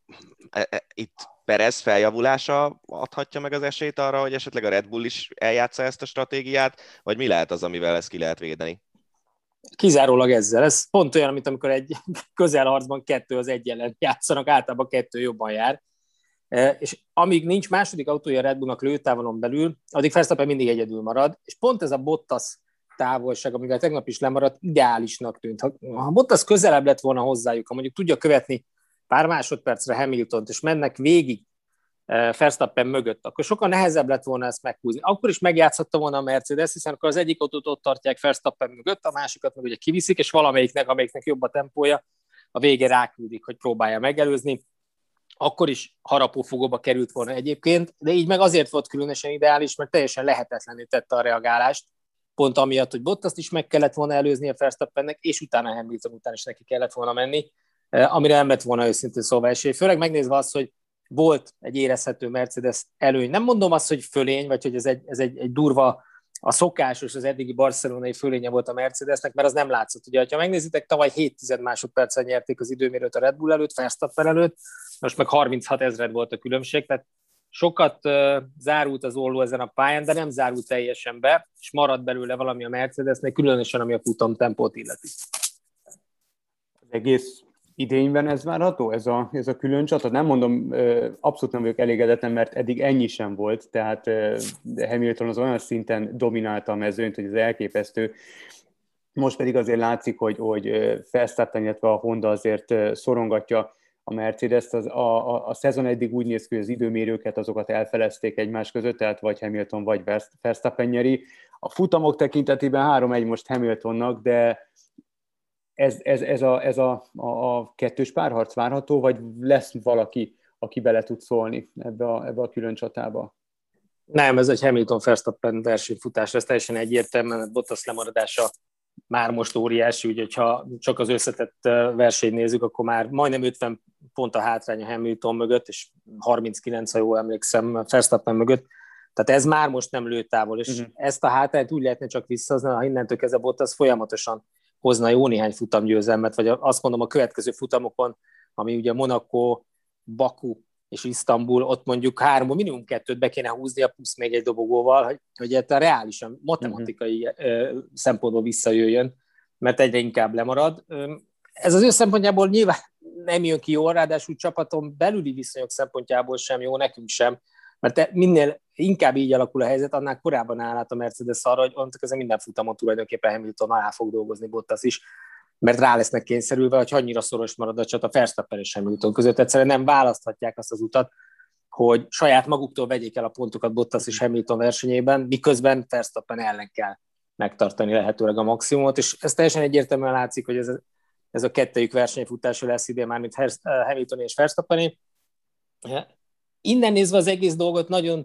itt Perez feljavulása adhatja meg az esélyt arra, hogy esetleg a Red Bull is eljátsza ezt a stratégiát, vagy mi lehet az, amivel ezt ki lehet védeni? Kizárólag ezzel. Ez pont olyan, mint amikor egy közelharcban 2 az 1 ellen játszanak, általában 2 jobban jár. És amíg nincs második autója a Red Bullnak lőtávolon belül, addig Verstappen mindig egyedül marad, és pont ez a Bottas távolság, amivel tegnap is lemaradt, ideálisnak tűnt. Ha Bottas közelebb lett volna hozzájuk, ha mondjuk tudja követni pár másodpercre Hamiltont, és mennek végig Verstappen mögött, akkor sokkal nehezebb lett volna ezt meghúzni. Akkor is megjátszhatta volna a Mercedes, hiszen akkor az egyik autót ott tartják Verstappen mögött, a másikat meg ugye kiviszik, és amelyiknek jobb a tempója, a vége ráküldik, hogy próbálja megelőzni. Akkor is harapófogóba került volna egyébként, de így meg azért volt különösen ideális, mert teljesen lehetetlenné tette a reagálást, pont amiatt, hogy Bottaszt is meg kellett volna előzni a Verstappennek, és utána Hamilton után is neki kellett volna menni, amire nem lett volna őszintén szóval esély. Főleg megnézve azt, hogy volt egy érezhető Mercedes előny. Nem mondom azt, hogy fölény, vagy hogy ez egy durva, a szokásos, az eddigi barcelonai fölénye volt a Mercedesnek, mert az nem látszott. Ugye, ha megnézitek, tavaly 7 másodperccel nyerték az időmérőt a Red Bull előtt, Verstappen előtt, most meg 36 000 volt a különbség, tehát sokat zárult az olló ezen a pályán, de nem zárult teljesen be, és maradt belőle valami a Mercedesnek, különösen ami a futamtempót illeti. Az egész idényben ez várható, ez a külön csata? Nem mondom, abszolút nem vagyok elégedetlen, mert eddig ennyi sem volt, tehát Hamilton az olyan szinten dominálta a mezőnyt, hogy ez elképesztő. Most pedig azért látszik, hogy Verstappen, illetve a Honda azért szorongatja a Mercedes-t. A szezon eddig úgy néz ki, hogy az időmérőket azokat elfelezték egymás között, tehát vagy Hamilton, vagy Verstappen nyeri. A futamok tekintetében 3-1 most Hamiltonnak, de ez a kettős párharc várható, vagy lesz valaki, aki bele tud szólni ebbe a külön csatába? Nem, ez egy Hamilton-Verstappen versenyfutás, ez teljesen egyértelmű, mert Bottas lemaradása már most óriási, úgyhogy ha csak az összetett versenyt nézzük, akkor már majdnem 50 pont a hátrány a Hamilton mögött, és 39, ha jól emlékszem, Verstappen mögött. Tehát ez már most nem lő távol, és ezt a hátrányt úgy lehetne csak visszahozni, ha innentől kezdve Bottas folyamatosan hozna jó néhány futamgyőzelmet, vagy azt mondom a következő futamokon, ami ugye Monaco, Baku és Isztambul, ott mondjuk minimum 2 be kéne húznia, plusz még egy dobogóval, hogy a reálisan matematikai szempontból visszajöjjön, mert egyre inkább lemarad. Ez az ő szempontjából nyilván nem jön ki jól, ráadásul csapaton belüli viszonyok szempontjából sem jó, nekünk sem, mert minél inkább így alakul a helyzet, annál korábban áll át a Mercedes arra, hogy onnantól kezdve minden futamon tulajdonképpen Hamilton alá fog dolgozni Bottas is, mert rá lesznek kényszerülve, hogy annyira szoros marad a csata Verstappen és Hamilton között. Egyszerűen nem választhatják azt az utat, hogy saját maguktól vegyék el a pontokat Bottas és Hamilton versenyében, miközben Verstappen ellen kell megtartani lehetőleg a maximumot, és ez teljesen egyértelműen látszik, hogy ez a kettejük versenyfutása lesz idén már, mint Hamilton és Verstappené. Innen nézve az egész dolgot nagyon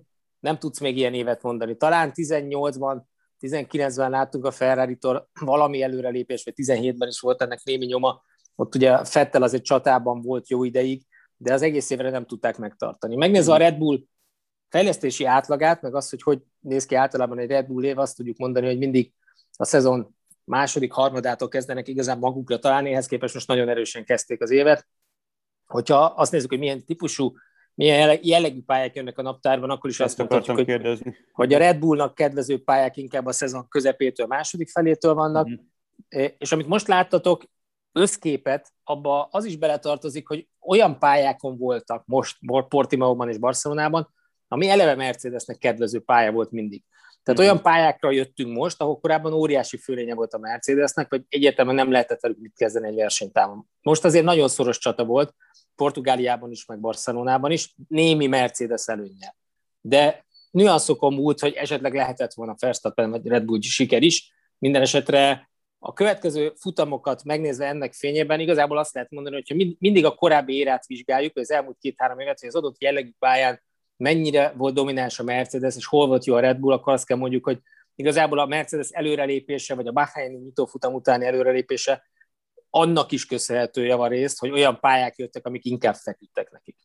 nem tudsz még ilyen évet mondani. Talán 18-ban, 19-ben láttunk a Ferrari-tól valami előrelépés, vagy 17-ben is volt ennek némi nyoma. Ott ugye Vettel azért csatában volt jó ideig, de az egész évre nem tudták megtartani. Megnézve a Red Bull fejlesztési átlagát, meg azt, hogy néz ki általában egy Red Bull év, azt tudjuk mondani, hogy mindig a szezon második harmadától kezdenek igazán magukra találni, ehhez képest most nagyon erősen kezdték az évet. Hogyha azt nézzük, hogy milyen típusú, milyen jellegű pályák jönnek a naptárban, akkor is azt mondhatjuk, hogy a Red Bullnak kedvező pályák inkább a szezon közepétől, második felétől vannak, és amit most láttatok, összképet, abba az is beletartozik, hogy olyan pályákon voltak most Portimaóban és Barcelonában, ami eleve Mercedesnek kedvező pálya volt mindig. Tehát olyan pályákra jöttünk most, ahol korábban óriási fölénye volt a Mercedesnek, vagy egyértelműen nem lehetett velük mit kezdeni egy versenytávon. Most azért nagyon szoros csata volt, Portugáliában is, meg Barcelonában is, némi Mercedes előnnyel. De nüanszokon múlt, hogy esetleg lehetett volna Verstappen vagy Red Bull siker is. Minden esetre a következő futamokat megnézve ennek fényében igazából azt lehet mondani, hogyha mindig a korábbi érát vizsgáljuk, az elmúlt 2-3 évet, hogy az adott jellegű pályán mennyire volt domináns a Mercedes, és hol volt jó a Red Bull, akkor azt kell mondjuk, hogy igazából a Mercedes előrelépése, vagy a Bahreini nyitófutam utáni előrelépése annak is köszönhető javarészt, hogy olyan pályák jöttek, amik inkább feküdtek nekik.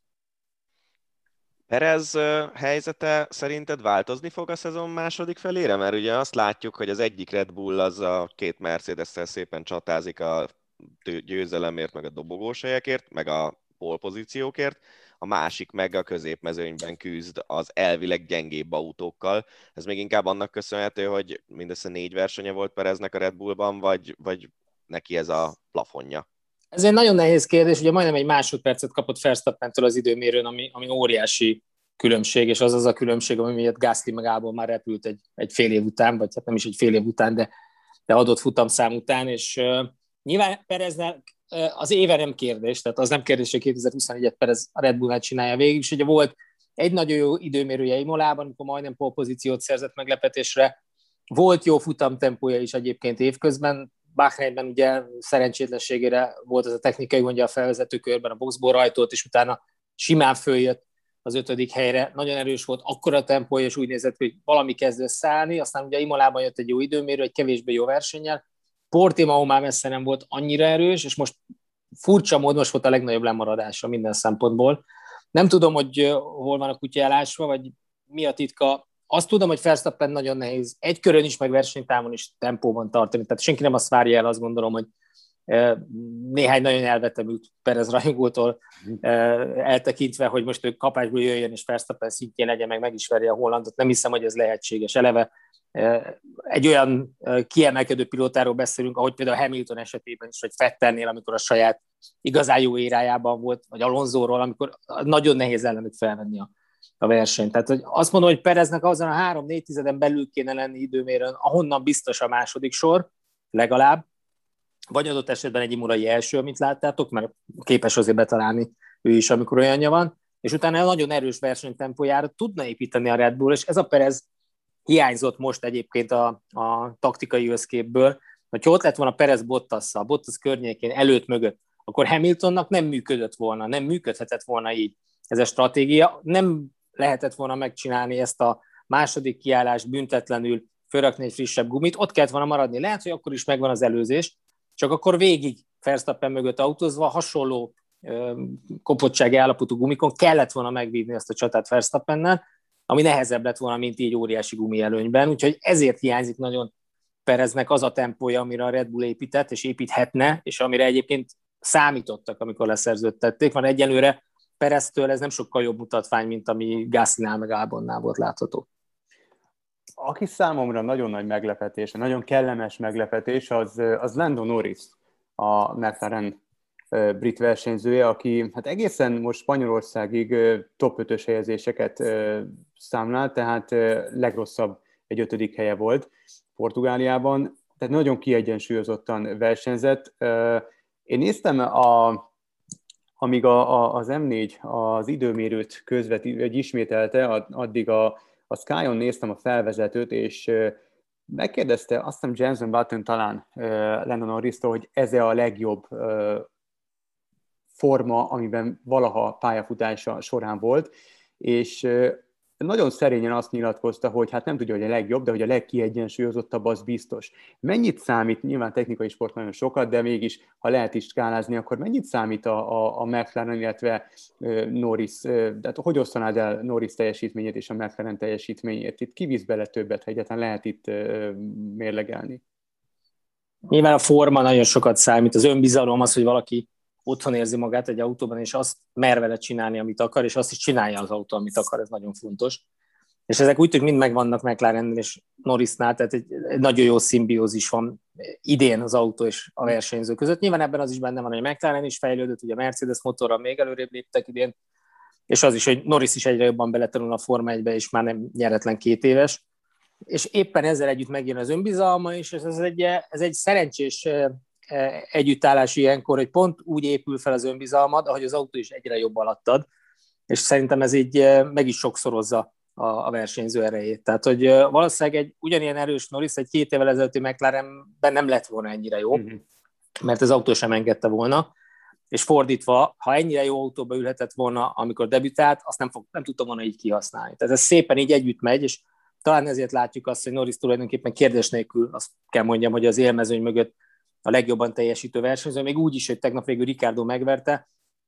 Perez helyzete szerinted változni fog a szezon második felére? Mert ugye azt látjuk, hogy az egyik Red Bull az a két Mercedes-szel szépen csatázik a győzelemért, meg a dobogós helyekért, meg a polpozíciókért, a másik meg a középmezőnyben küzd az elvileg gyengébb autókkal. Ez még inkább annak köszönhető, hogy mindössze 4 versenye volt Pereznek a Red Bullban, vagy neki ez a plafonja? Ez egy nagyon nehéz kérdés, ugye majdnem egy másodpercet kapott Verstappentől az időmérőn, ami óriási különbség, és az a különbség, ami miatt Gasly meg Albon már repült egy fél év után, vagy hát nem is egy fél év után, de adott futamszám után, és nyilván Pereznek az éve nem kérdés, tehát az nem kérdés, hogy 2021-et Perez a Red Bullnál csinálja végig, és ugye volt egy nagyon jó időmérője Imolában, amikor majdnem polpozíciót szerzett meglepetésre, volt jó futamtempója is egyébként évközben, Bahreinben ugye szerencsétlenségére volt az a technikai gondja a felvezető körben, a boxból rajtolt, és utána simán följött az 5. helyre. Nagyon erős volt, akkora tempója, és úgy nézett, hogy valami kezd összeállni. Aztán ugye Imolában jött egy jó időmérő, egy kevésbé jó versennyel. Portimao már messze nem volt annyira erős, és most furcsa módon most volt a legnagyobb lemaradása minden szempontból. Nem tudom, hogy hol van a kutya elásva, vagy mi a titka. Azt tudom, hogy Verstappen nagyon nehéz egy körön is, meg versenytávon is tempóban tartani. Tehát senki nem azt várja el, azt gondolom, hogy néhány nagyon elvetemült Perez rajongótól eltekintve, hogy most ő kapásból jöjjön, és Verstappen szintjén legyen, meg is verje a hollandot. Nem hiszem, hogy ez lehetséges. Eleve egy olyan kiemelkedő pilótáról beszélünk, ahogy például Hamilton esetében is, vagy Vettelnél, amikor a saját igazán jó érájában volt, vagy Alonsóról, amikor nagyon nehéz ellenük felvenni a versenyt. Tehát hogy azt mondom, hogy Pereznek azon a 3-4 tizeden belül kéne lenni időmérőn, ahonnan biztos a második sor, legalább, vagy adott esetben egy imorai első, amit láttátok, mert képes azért betalálni ő is, amikor olyanja van, és utána nagyon erős versenytempójára tudna építeni a Red Bull, és ez a Perez hiányzott most egyébként a taktikai összképből, hogyha ott lett volna Perez Bottasszal, Bottas környékén, előtt, mögött, akkor Hamiltonnak nem működött volna, nem működhetett volna így ez a stratégia, nem lehetett volna megcsinálni ezt a második kiállást büntetlenül, fölrakni egy frissebb gumit, ott kellett volna maradni. Lehet, hogy akkor is megvan az előzés, csak akkor végig Verstappen mögött autózva, hasonló kopottsági állapotú gumikon kellett volna megvívni ezt a csatát Verstappennel, ami nehezebb lett volna, mint így óriási gumi előnyben. Úgyhogy ezért hiányzik nagyon Pereznek az a tempója, amire a Red Bull épített, és építhetne, és amire egyébként számítottak, amikor leszerződtették. Van egyelőre Pereztől ez nem sokkal jobb mutatvány, mint ami Gaslynál meg Albonnál volt látható. Aki számomra nagyon nagy meglepetés, nagyon kellemes meglepetés, az Lando Norris, a McLaren brit versenyzője, aki hát egészen most Spanyolországig top 5-ös helyezéseket számlál, tehát legrosszabb egy 5. helye volt Portugáliában, tehát nagyon kiegyensúlyozottan versenyzett. Én néztem, amíg az M4 az időmérőt ismételte, addig a Sky-on néztem a felvezetőt, és megkérdezte, azt hiszem Jenson Button talán Lando Norristól, hogy ez-e a legjobb forma, amiben valaha pályafutása során volt, és nagyon szerényen azt nyilatkozta, hogy hát nem tudja, hogy a legjobb, de hogy a legkiegyensúlyozottabb az biztos. Mennyit számít, nyilván technikai sport nagyon sokat, de mégis, ha lehet is skálázni, akkor mennyit számít a McLaren, illetve Norris, tehát hogy osztanád el Norris teljesítményét és a McLaren teljesítményét? Itt ki visz bele többet, ha egyáltalán lehet itt mérlegelni? Nyilván a forma nagyon sokat számít, az önbizalom az, hogy valaki otthon érzi magát egy autóban, és azt mer vele csinálni, amit akar, és azt is csinálja az autó, amit akar, ez nagyon fontos. És ezek úgy tűnik mind megvannak McLarennél és Norrisnál, tehát egy nagyon jó szimbiózis van idén az autó és a versenyző között. Nyilván ebben az is benne van, hogy a McLaren is fejlődött, ugye a Mercedes motorral még előrébb léptek idén, és az is, hogy Norris is egyre jobban beletanul a Forma 1-be, és már nem nyeretlen 2 éves. És éppen ezzel együtt megjön az önbizalma, és ez egy szerencsés együttállás ilyenkor, hogy pont úgy épül fel az önbizalmad, ahogy az autó is egyre jobb alattad, és szerintem ez így meg is sokszorozza a versenyző erejét. Tehát, hogy valószínűleg egy ugyanilyen erős Norris egy 2 évvel ezelőtti McLarenben nem lett volna ennyire jó, mert az autó sem engedte volna, és fordítva, ha ennyire jó autóba ülhetett volna, amikor debütált, azt nem tudta volna így kihasználni. Tehát ez szépen így együtt megy, és talán ezért látjuk azt, hogy Norris tulajdonképpen kérdés nélkül azt kell mondjam, hogy az élmezőny mögött a legjobban teljesítő versenyző, még úgy is, hogy tegnap végül Ricciardo megverte.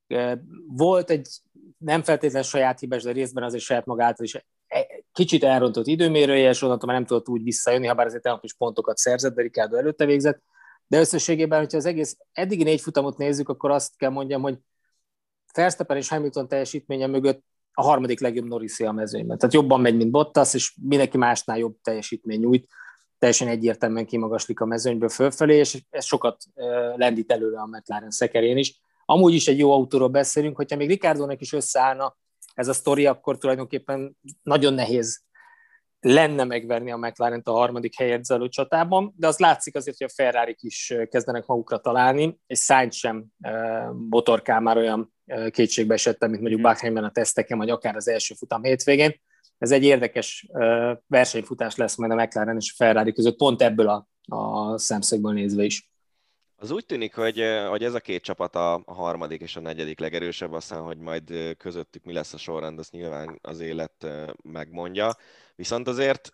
Volt egy nem feltétlenül saját hibás, de részben azért saját maga által is kicsit elrontott időmérője, és onnantól már nem tudott úgy visszajönni, ha bár azért tegnap is pontokat szerzett, de Ricciardo előtte végzett. De összességében, hogyha az egész eddigi 4 futamot nézzük, akkor azt kell mondjam, hogy Verstappen és Hamilton teljesítménye mögött a harmadik legjobb Norris a mezőnyben. Tehát jobban megy, mint Bottas, és mindenki másnál jobb teljesítmény nyújt. Teljesen egyértelműen kimagaslik a mezőnyből fölfelé, és ez sokat lendít előre a McLaren szekerén is. Amúgy is egy jó autóról beszélünk, hogyha még Ricciardónak is összeállna ez a sztori, akkor tulajdonképpen nagyon nehéz lenne megverni a McLarent a harmadik helyért záró csatában, de az látszik azért, hogy a Ferrarik is kezdenek magukra találni, és Sainz sem botorkál már olyan kétségbe esettem, mint mondjuk Bahreinben a teszteken, vagy akár az első futam hétvégén. Ez egy érdekes versenyfutás lesz majd a McLaren és a Ferrari között, pont ebből a szemszögből nézve is. Az úgy tűnik, hogy ez a 2 csapat a harmadik és a negyedik legerősebb, aztán, hogy majd közöttük mi lesz a sorrend, azt nyilván az élet megmondja. Viszont azért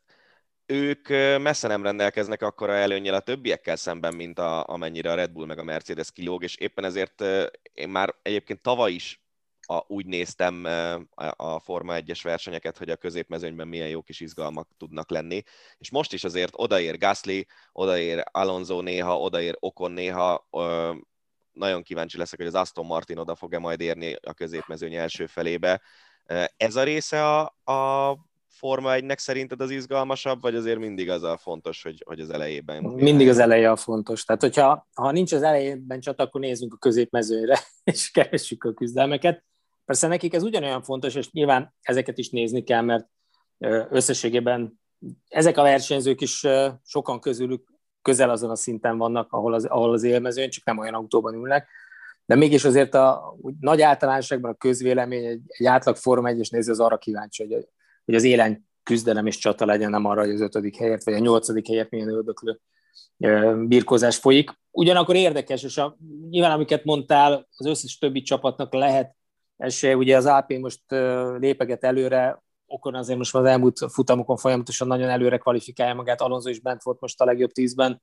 ők messze nem rendelkeznek akkora előnnyel a többiekkel szemben, mint amennyire a Red Bull meg a Mercedes kilóg, és éppen ezért én már egyébként tavaly is úgy néztem a Forma 1-es versenyeket, hogy a középmezőnyben milyen jó kis izgalmak tudnak lenni. És most is azért odaér Gasly, odaér Alonso néha, odaér Ocon néha. Nagyon kíváncsi leszek, hogy az Aston Martin oda fog-e majd érni a középmezőny első felébe. Ez a része a Forma 1-nek szerinted az izgalmasabb, vagy azért mindig az a fontos, hogy az elejében? Mindig az eleje a fontos. Tehát, hogyha nincs az elejében csata, akkor nézzünk a középmezőnyre, és keressük a küzdelmeket. Persze nekik ez ugyanolyan fontos, és nyilván ezeket is nézni kell, mert összességében ezek a versenyzők is sokan közülük közel azon a szinten vannak, ahol az élmezőny, csak nem olyan autóban ülnek. De mégis azért nagy általánosságban a közvélemény egy átlag Forma 1-es néző az arra kíváncsi, hogy az élen küzdelem és csata legyen, nem arra, hogy az 5. helyért vagy a 8. helyért milyen öldöklő birkózás folyik. Ugyanakkor érdekes, és nyilván amiket mondtál, az összes többi csapatnak lehet esélye, ugye az AP most lépeget előre, Ocon azért most az elmúlt futamokon folyamatosan nagyon előre kvalifikálja magát, Alonso is bent volt most a legjobb 10-ben,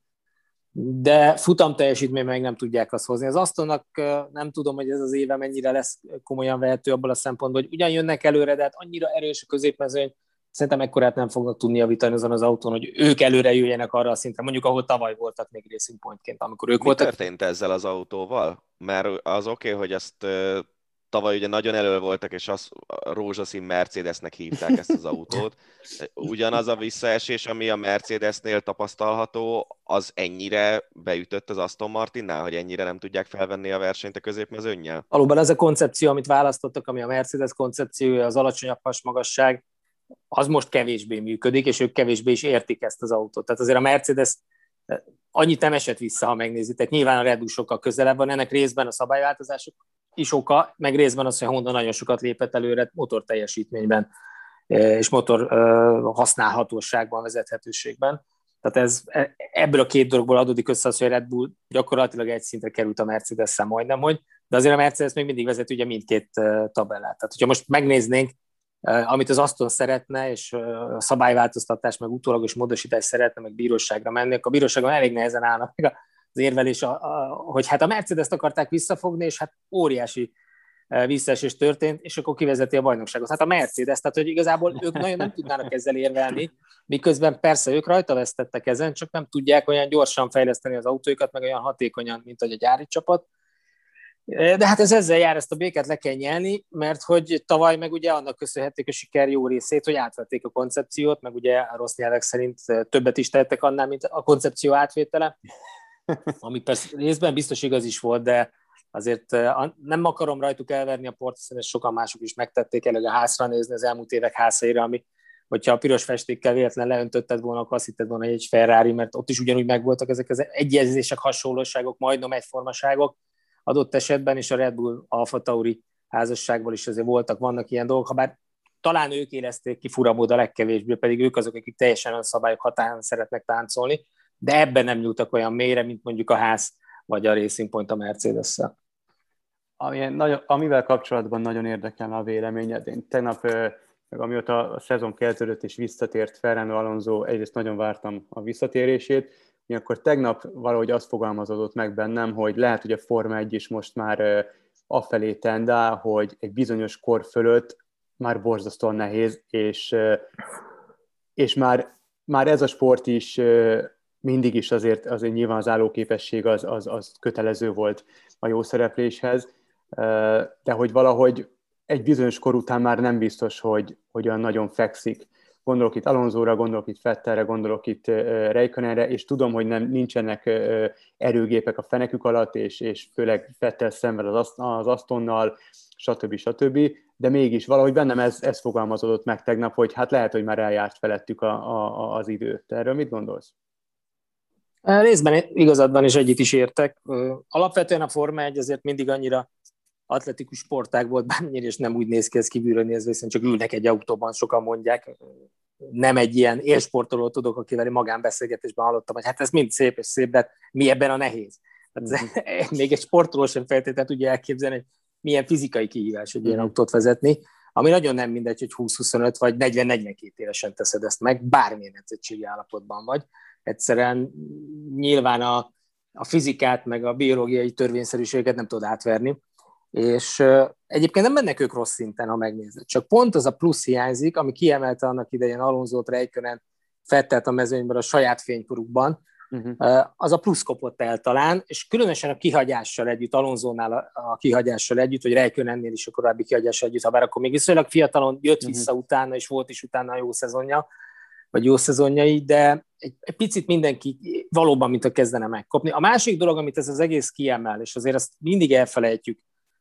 de futam teljesítmény meg nem tudják azt hozni. Az Astonnak nem tudom, hogy ez az éve mennyire lesz komolyan vehető abból a szempontból, hogy ugyan jönnek előre, de hát annyira erős a középmezőny, szerintem ekkorát nem fognak tudni javítani azon az autón, hogy ők előre jöjjenek arra a szintre, mondjuk ahol tavaly voltak még Racing Pointként, amikor ők voltak. Mi történt ezzel az autóval? Mert az oké, hogy ezt tavaly ugye nagyon elő voltak, és azt rózsaszín Mercedesnek hívták ezt az autót. Ugyanaz a visszaesés, ami a Mercedesnél tapasztalható, az ennyire beütött az Aston Martinnál, hogy ennyire nem tudják felvenni a versenyt a középmezőnnyel? Valóban ez a koncepció, amit választottak, ami a Mercedes koncepciója, az alacsonyabb hasmagasság, az most kevésbé működik, és ők kevésbé is értik ezt az autót. Tehát azért a Mercedes annyit nem esett vissza, ha megnézitek. Nyilván a Red Bull sokkal közelebb van, ennek részben a szabályváltozások is oka, meg részben az, hogy a Honda nagyon sokat lépett előre motor teljesítményben és motor használhatóságban, vezethetőségben. Tehát ebből a 2 dologból adódik össze az, hogy a Red Bull gyakorlatilag egy szintre került a Mercedes-szel majdnem, de azért a Mercedes még mindig vezet ugye mindkét tabellát. Tehát hogyha most megnéznénk amit az Aston szeretne, és szabályváltoztatás, meg utólagos módosítás szeretne, meg bíróságra menni, akkor a bíróságon elég nehezen állnak meg az érvelés, hogy hát a Mercedes-t akarták visszafogni, és hát óriási visszaesés történt, és akkor kivezeti a bajnokságot. Hát a Mercedes, tehát hogy igazából ők nagyon nem tudnának ezzel érvelni, miközben persze ők rajta vesztettek ezen, csak nem tudják olyan gyorsan fejleszteni az autóikat, meg olyan hatékonyan, mint hogy a gyári csapat. De hát ez ezzel jár, ezt a béket le kell nyelni, mert hogy tavaly meg ugye annak köszönhették a siker jó részét, hogy átvették a koncepciót, meg ugye a rossz nyelvek szerint többet is tettek annál, mint a koncepció átvétele, ami persze részben biztos igaz is volt, de azért nem akarom rajtuk elverni a port, hiszen ezt sokan mások is megtették, elég a házra nézni az elmúlt évek házaira, ami, hogyha a piros festékkel véletlen leöntötted volna, akkor azt hitted volna, hogy egy Ferrari, mert ott is ugyanúgy megvoltak ezek az egyezések, hasonlóságok, majdnem egyformaságok adott esetben, és a Red Bull Alfa Tauri házasságból is azért vannak ilyen dolgok, habár talán ők érezték ki fura mód a legkevésbé, pedig ők azok, akik teljesen olyan szabályok határán szeretnek táncolni, de ebben nem nyúltak olyan mélyre, mint mondjuk a ház vagy a Racing Point a Mercedes-szel. Amivel kapcsolatban nagyon érdekelne a véleményed. Én tegnap, meg amióta a szezon kezdődött és visszatért Fernando Alonso, egyrészt nagyon vártam a visszatérését, akkor tegnap valahogy azt fogalmazódott meg bennem, hogy lehet, hogy a Forma 1 is most már afelé tendál, hogy egy bizonyos kor fölött már borzasztóan nehéz, és már ez a sport is mindig is azért nyilván az állóképesség az kötelező volt a jó szerepléshez, de hogy valahogy egy bizonyos kor után már nem biztos, hogy olyan nagyon fekszik. Gondolok itt Alonsóra, gondolok itt Vettelre, gondolok itt Räikkönenre, és tudom, hogy nincsenek erőgépek a fenekük alatt, és főleg Vettel szenved az Astonnal, stb. De mégis valahogy bennem ez fogalmazódott meg tegnap, hogy hát lehet, hogy már eljárt felettük az idő. Te erről mit gondolsz? Részben igazad van, és egyet is értek. Alapvetően a Forma 1 azért mindig annyira atletikus sportág volt, bármennyire, és nem úgy néz ki ez kívülről nézve, hiszen csak ülnek egy autóban, sokan mondják. Nem egy ilyen élsportoló tudok, akivel magánbeszélgetésben hallottam, hogy hát ez mind szép és szép, de mi ebben a nehéz? Hát, még egy sportoló sem feltétlenül tudja elképzelni, hogy milyen fizikai kihívás egy ilyen autót vezetni, ami nagyon nem mindegy, hogy 20-25 vagy 40-42 évesen teszed ezt meg, bármilyen edzettségi állapotban vagy. Egyszerűen nyilván a fizikát, meg a biológiai törvényszerűséget nem tudod átverni, és egyébként nem mennek ők rossz szinten, ha megnézed. Csak pont az a plusz hiányzik, ami kiemelte annak idején Alonsót, Räikkönen, Vettelt a mezőnyben a saját fénykorukban, az a plusz kopott el talán, és különösen a kihagyással együtt, Alonsónál a kihagyással együtt, vagy Räikkönennél is a korábbi kihagyással együtt, ha bár akkor még viszonylag fiatalon jött vissza utána, és volt is utána a jó szezonja, vagy jó szezonjai, de egy picit mindenki valóban, mint a kezdene megkopni. A másik dolog, amit ez az egész kiemel, és azért azt mindig elfelejtjük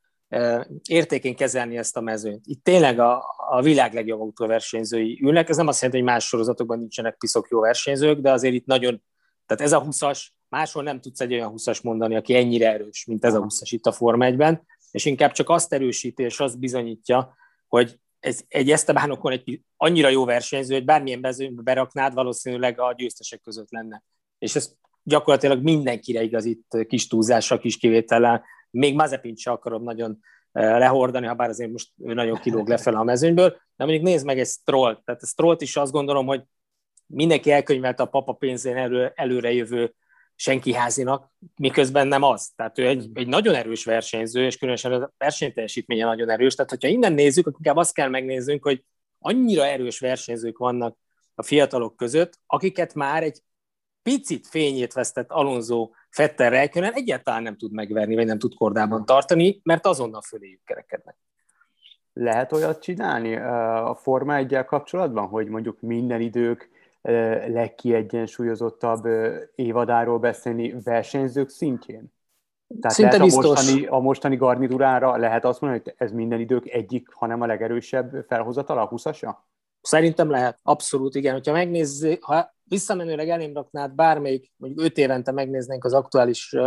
értékén kezelni ezt a mezőnyt. Itt tényleg a világ legjobb autóversenyzői ülnek, ez nem azt jelenti, hogy más sorozatokban nincsenek piszok jó versenyzők, de azért itt nagyon, tehát ez a 20-as, máshol nem tudsz egy olyan 20-as mondani, aki ennyire erős, mint ez a 20-as itt a Forma 1-ben, és inkább csak azt erősíti, és azt bizonyítja, hogy egy Esteban Ocon egy annyira jó versenyző, hogy bármilyen mezőnybe beraknád, valószínűleg a győztesek között lenne. És ez gyakorlatilag mindenkire igaz itt kis túlzással, kis kivétellel. Még Mazepint se akarom nagyon lehordani, ha bár azért most ő nagyon kilóg lefele a mezőnyből, de mondjuk nézd meg egy Strollt. Tehát a Strollt is azt gondolom, hogy mindenki elkönyvelte a papa pénzén előrejövő senkiházinak, miközben nem az. Tehát ő egy nagyon erős versenyző, és különösen a versenyteljesítménye nagyon erős. Tehát, hogyha innen nézzük, akkor inkább azt kell megnéznünk, hogy annyira erős versenyzők vannak a fiatalok között, akiket már egy picit fényét vesztett Alonso, Vettel, Räikkönen egyáltalán nem tud megverni, vagy nem tud kordában tartani, mert azonnal föléjük kerekednek. Lehet olyat csinálni a Forma 1-gyel kapcsolatban, hogy mondjuk minden idők legkiegyensúlyozottabb évadáról beszélni versenyzők szintjén? Tehát szinte biztos. A mostani garnitúrára lehet azt mondani, hogy ez minden idők egyik, hanem a legerősebb felhozatala, a 20-asa? Szerintem lehet, abszolút igen. Hogyha megnézzük, ha visszamenőleg elém raknád bármelyik, mondjuk 5 évente megnéznénk az aktuális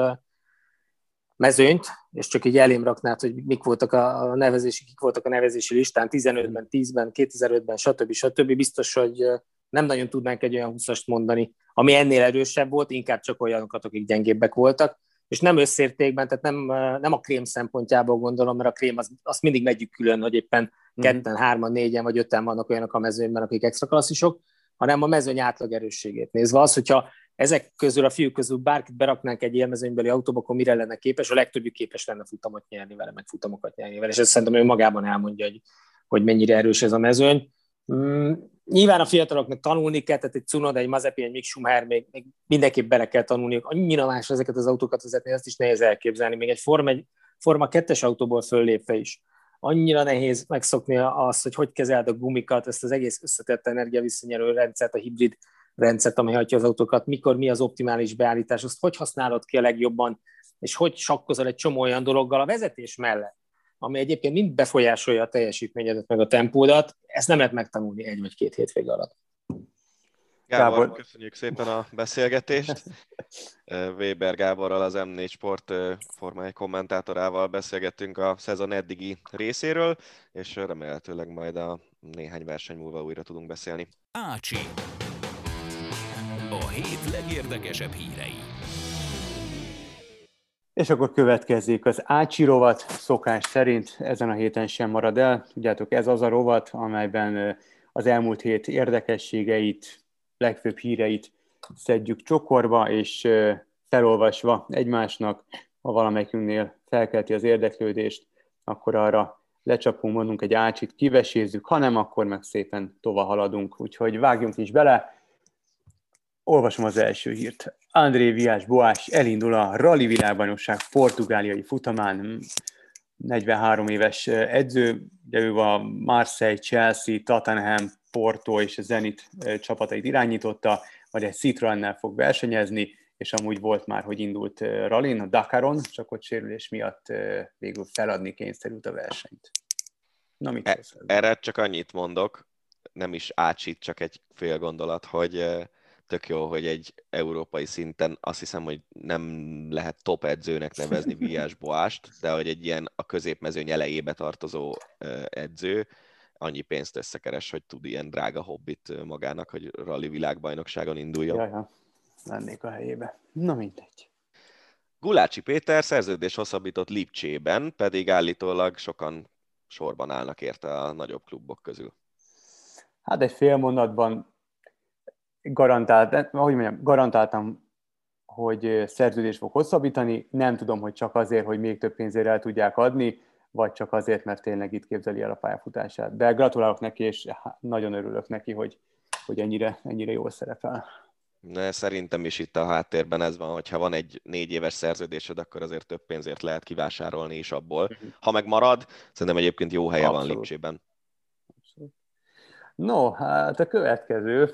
mezőnyt, és csak így elém raknád, hogy kik voltak a nevezési listán, 15-ben, 10-ben, 2005-ben, stb. Biztos, hogy nem nagyon tudnánk egy olyan 20-ast mondani, ami ennél erősebb volt, inkább csak olyanokat, akik gyengébbek voltak, és nem összértékben, tehát nem a krém szempontjából gondolom, mert a krém azt mindig vegyük külön, hogy éppen ketten, hárman, négyen vagy öten vannak olyanok a mezőnyben, akik extra klasszisok, hanem a mezőny átlag erősségét nézve. Az, hogyha ezek közül, a fiúk közül bárkit beraknánk egy élmezőnybeli autóba, akkor mire lenne képes? A legtöbbjük képes lenne futamot nyerni vele, meg futamokat nyerni vele, és ezt szerintem ő magában elmondja, hogy mennyire erős ez a mezőny. Nyilván a fiataloknak tanulni kell, tehát egy Tsunoda, egy Mazepin, egy Mick Schumacher, még mindenképp bele kell tanulniuk. Annyira más ezeket az autókat vezetni, ezt is nehéz elképzelni. Még egy Forma 2-es autóból föllépve is. Annyira nehéz megszokni azt, hogy kezeld a gumikat, ezt az egész összetett energiavisszonyerő rendszert, a hibrid rendszert, ami hajtja az autókat, mikor mi az optimális beállítás, azt hogy használod ki a legjobban, és hogy sakkozol egy csomó olyan dologgal a vezetés mellett, ami egyébként mind befolyásolja a teljesítményedet, meg a tempódat, ezt nem lehet megtanulni 1 vagy 2 hétvége alatt. Gábor, köszönjük szépen a beszélgetést. Weber Gáborral, az M4 Sport Forma 1 kommentátorával beszélgettünk a szezon eddigi részéről, és remélhetőleg majd a néhány verseny múlva újra tudunk beszélni. Ácsi. A hét legérdekesebb hírei. És akkor következzék az Ácsi rovat, szokás szerint ezen a héten sem marad el. Tudjátok, ez az a rovat, amelyben az elmúlt hét érdekességeit, legfőbb híreit szedjük csokorba, és felolvasva egymásnak, ha valamelyikünknél felkelti az érdeklődést, akkor arra lecsapunk, mondunk egy ácsit, kivesézzük, ha nem, akkor meg szépen tovább haladunk. Úgyhogy vágjunk is bele. Olvasom az első hírt. André Vilas-Boas elindul a Rally világbajnokság portugáliai futamán. 43 éves edző, ugye ő a Marseille, Chelsea, Tottenham, Porto és a Zenit csapatait irányította, majd egy Citroennel fog versenyezni, és amúgy volt már, hogy indult rallin, a Dakaron, csak ott sérülés miatt végül feladni kényszerült a versenyt. Na, mit erre csak annyit mondok, nem is átsít, csak egy fél gondolat, hogy tök jó, hogy egy európai szinten azt hiszem, hogy nem lehet top edzőnek nevezni Vilas-Boast, de hogy egy ilyen a középmezőny elejébe tartozó edző annyi pénzt összekeres, hogy tud ilyen drága hobbit magának, hogy rally világbajnokságon induljon. Jaja, lennék a helyébe. Na mindegy. Gulácsi Péter szerződés hosszabbított Lipcsében, pedig állítólag sokan sorban állnak érte a nagyobb klubok közül. Hát egy fél mondatban garantáltam, hogy szerződést fog hosszabbítani. Nem tudom, hogy csak azért, hogy még több pénzért el tudják adni, vagy csak azért, mert tényleg itt képzeli el a pályafutását. De gratulálok neki, és nagyon örülök neki, hogy ennyire jól szerepel. De szerintem is itt a háttérben ez van, hogyha van egy 4 éves szerződésed, akkor azért több pénzért lehet kivásárolni is abból. Ha meg marad, szerintem egyébként jó helye van Lipcsében. No, hát a következő.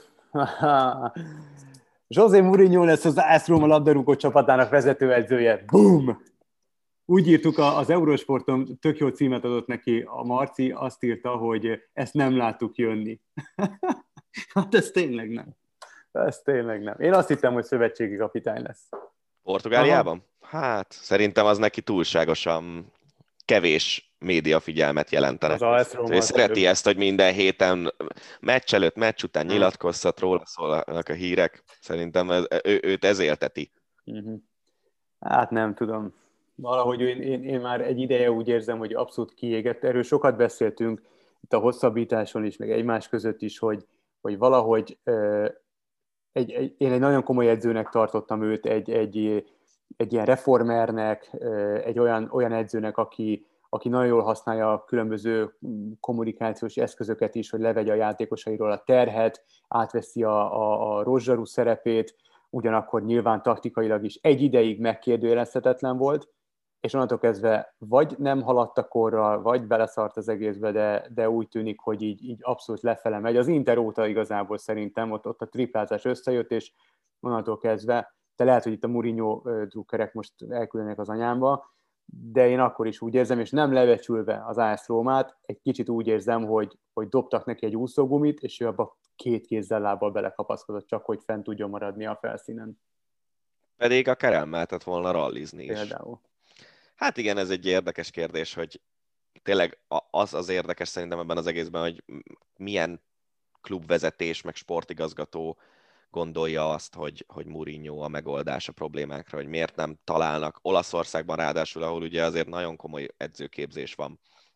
José Mourinho lesz az AS Roma labdarúgó csapatának vezetőedzője. Boom! Úgy írtuk az Eurosporton, tök jó címet adott neki a Marci, azt írta, hogy ezt nem láttuk jönni. Hát ez tényleg nem. Ez tényleg nem. Én azt hittem, hogy szövetségi kapitány lesz. Portugáliában? Aha. Hát szerintem az neki túlságosan kevés médiafigyelmet jelentene. Szereti ezt, hogy minden héten meccs előtt, meccs után nyilatkoztat, róla szólnak a hírek. Szerintem őt ez élteti. Hát nem tudom. Valahogy én már egy ideje úgy érzem, hogy abszolút kiégett. Erről sokat beszéltünk itt a hosszabbításon is, meg egymás között is, hogy valahogy én egy nagyon komoly edzőnek tartottam őt, egy ilyen reformernek, egy olyan edzőnek, aki nagyon jól használja a különböző kommunikációs eszközöket is, hogy levegye a játékosairól a terhet, átveszi a rozsarú szerepét, ugyanakkor nyilván taktikailag is egy ideig megkérdőjelezhetetlen volt, és onnantól kezdve vagy nem haladt a korral, vagy beleszart az egészbe, de úgy tűnik, hogy így abszolút lefele megy. Az Inter óta igazából szerintem ott a triplázás összejött, és onnantól kezdve, de lehet, hogy itt a Mourinho drukkerek most elküldenek az anyámba, de én akkor is úgy érzem, és nem lebecsülve az AS Rómát, egy kicsit úgy érzem, hogy dobtak neki egy úszógumit, és ő abba 2 kézzel lábbal belekapaszkodott, csak hogy fent tudjon maradni a felszínen. Pedig akár elmehetett volna rallizni is. Például. Hát igen, ez egy érdekes kérdés, hogy tényleg az érdekes szerintem ebben az egészben, hogy milyen klubvezetés, meg sportigazgató gondolja azt, hogy Mourinho a megoldás a problémákra, hogy miért nem találnak Olaszországban ráadásul, ahol ugye azért nagyon komoly edzőképzés van,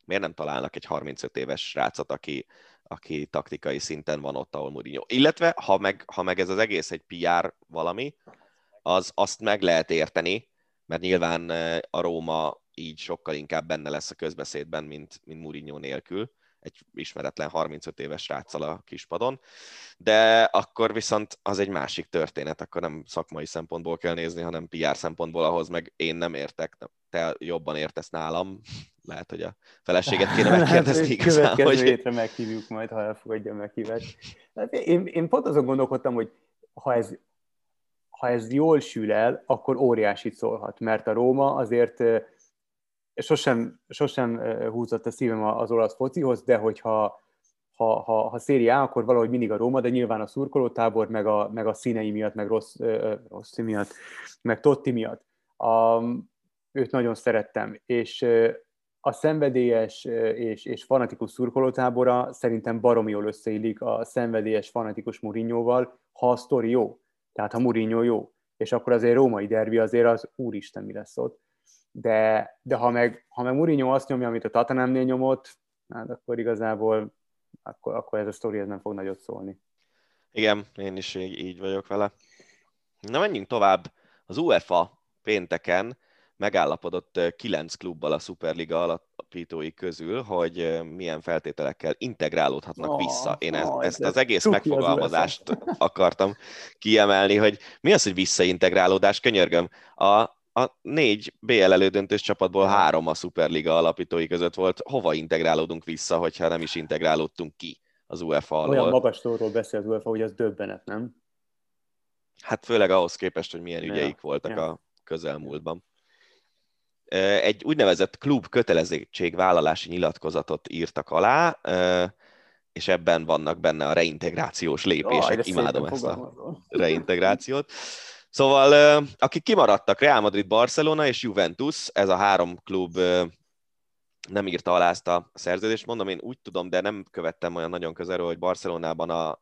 miért nem találnak egy 35 éves srácot, aki taktikai szinten van ott, ahol Mourinho. Illetve, ha meg ez az egész egy PR valami, azt meg lehet érteni, mert nyilván a Róma így sokkal inkább benne lesz a közbeszédben, mint Mourinho nélkül, egy ismeretlen 35 éves sráccal a kispadon, de akkor viszont az egy másik történet, akkor nem szakmai szempontból kell nézni, hanem PR szempontból, ahhoz meg én nem értek, te jobban értesz nálam, lehet, hogy a feleséget kéne megkérdezni igazán. Következő hétre meghívjuk majd, ha elfogadja a meghívást. Én pont azon gondolkodtam, hogy ha ez jól sül el, akkor óriásit szólhat, mert a Róma azért sosem húzott a szívem az olasz focihoz, de hogyha Serie A, akkor valahogy mindig a Róma, de nyilván a szurkolótábor, meg a színei miatt, meg Rossi miatt, meg Totti miatt. Őt nagyon szerettem, és a szenvedélyes és fanatikus szurkolótábora szerintem baromi jól összeillik a szenvedélyes fanatikus Mourinhoval, ha a sztori jó. Tehát ha Mourinho jó, és akkor azért római derbi azért az úristen mi lesz ott. De ha meg Mourinho azt nyomja, amit a Tottenhamnél nyomott, hát akkor igazából akkor ez a sztori nem fog nagyot szólni. Igen, én is így vagyok vele. Na menjünk tovább. Az UEFA pénteken megállapodott 9 klubbal a Superliga alapítói közül, hogy milyen feltételekkel integrálódhatnak vissza. Én ezt az egész megfogalmazást akartam kiemelni, hogy mi az, hogy visszaintegrálódás, könyörgöm. A 4 BL elődöntős csapatból 3 a Superliga alapítói között volt. Hova integrálódunk vissza, hogyha nem is integrálódtunk ki az UEFA alól? Olyan magas tóról beszél az UEFA, hogy az döbbenet, nem? Hát főleg ahhoz képest, hogy milyen ügyeik voltak a közelmúltban. Egy úgynevezett klub kötelezettségvállalási nyilatkozatot írtak alá, és ebben vannak benne a reintegrációs lépések. Imádom ezt a reintegrációt. Szóval akik kimaradtak, Real Madrid, Barcelona és Juventus, ez a 3 klub nem írta alá ezt a szerződést. Mondom, én úgy tudom, de nem követtem olyan nagyon közelről, hogy Barcelonában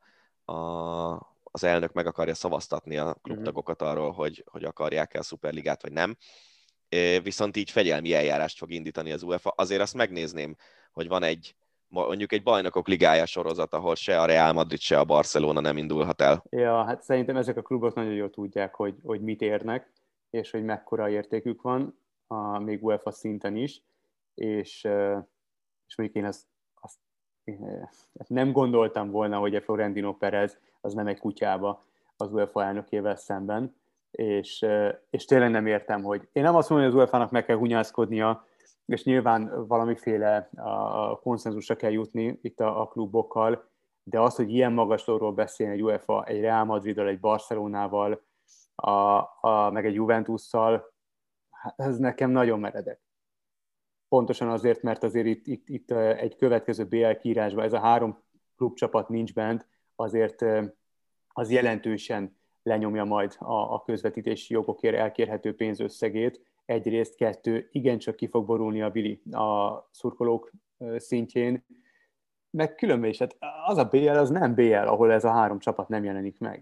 az elnök meg akarja szavaztatni a klubtagokat arról, hogy akarják-e a Superligát, vagy nem. Viszont így fegyelmi eljárást fog indítani az UEFA. Azért azt megnézném, hogy van mondjuk egy bajnokok ligája sorozat, ahol se a Real Madrid, se a Barcelona nem indulhat el. Ja, hát szerintem ezek a klubok nagyon jól tudják, hogy mit érnek, és hogy mekkora értékük van, még UEFA szinten is, és mondjuk én azt nem gondoltam volna, hogy a Florentino Perez az nem egy kutyába az UEFA elnökével szemben, és tényleg nem értem, hogy én nem azt mondom, hogy az UEFA-nak meg kell hunyászkodnia, és nyilván valamiféle konszenzusra kell jutni itt a klubokkal, de az, hogy ilyen magasról beszélni egy UEFA, egy Real Madriddal, egy Barcelonával, meg egy Juventusszal, ez nekem nagyon meredek. Pontosan azért, mert azért itt egy következő BL kiírásban ez a 3 klubcsapat nincs bent, azért az jelentősen lenyomja majd a közvetítési jogokért elkérhető pénzösszegét. Egyrészt, 2, igencsak ki fog borulni a bili a szurkolók szintjén, meg különben is, hát az a BL, az nem BL, ahol ez a 3 csapat nem jelenik meg.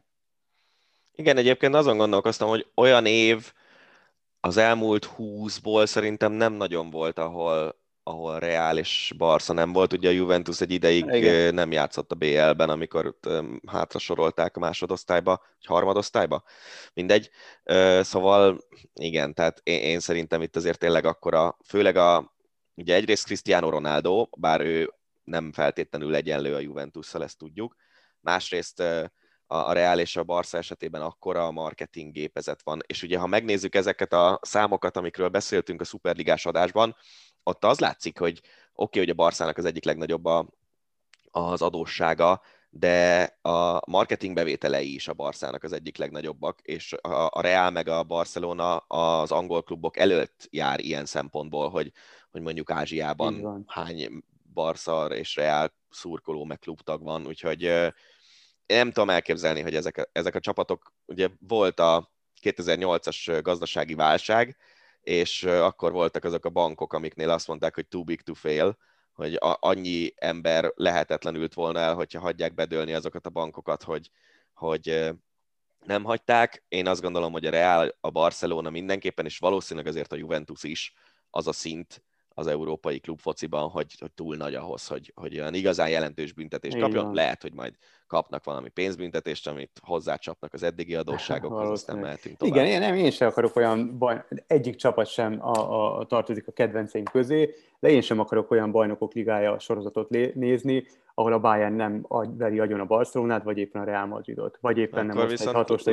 Igen, egyébként azon gondolkoztam, hogy olyan év az elmúlt 20-ból szerintem nem nagyon volt, ahol Real és Barca nem volt. Ugye a Juventus egy ideig nem játszott a BL-ben, amikor hátra sorolták a másodosztályba, vagy harmadosztályba, mindegy. Szóval igen, tehát én szerintem itt azért tényleg akkora, főleg ugye egyrészt Cristiano Ronaldo, bár ő nem feltétlenül egyenlő a Juventusszal, ezt tudjuk. Másrészt a Real és a Barca esetében akkora a marketing gépezet van, és ugye ha megnézzük ezeket a számokat, amikről beszéltünk a szuperligás adásban, ott az látszik, hogy oké, hogy a Barszának az egyik legnagyobb az adóssága, de a marketing bevételei is a Barszának az egyik legnagyobbak, és a Real meg a Barcelona az angol klubok előtt jár ilyen szempontból, hogy mondjuk Ázsiában hány Barca és Real szurkoló meg klubtag van, úgyhogy én nem tudom elképzelni, hogy ezek a csapatok, ugye volt a 2008-as gazdasági válság, és akkor voltak azok a bankok, amiknél azt mondták, hogy too big to fail, hogy annyi ember lehetetlenült volna el, hogyha hagyják bedőlni azokat a bankokat, hogy nem hagyták. Én azt gondolom, hogy a Real, a Barcelona mindenképpen, és valószínűleg azért a Juventus is az a szint, az európai klubfociban, hogy túl nagy ahhoz, hogy olyan igazán jelentős büntetést kapjon. Lehet, hogy majd kapnak valami pénzbüntetést, amit hozzácsapnak az eddigi adósságokhoz, aztán mehetünk tovább. Igen, én sem akarok olyan egyik csapat sem tartozik a kedvenceim közé, de én sem akarok olyan bajnokok ligája sorozatot nézni, ahol a Bayern nem veri agyon a Barcelonát, vagy éppen a Real Madridot, vagy éppen akkor nem most egy hatos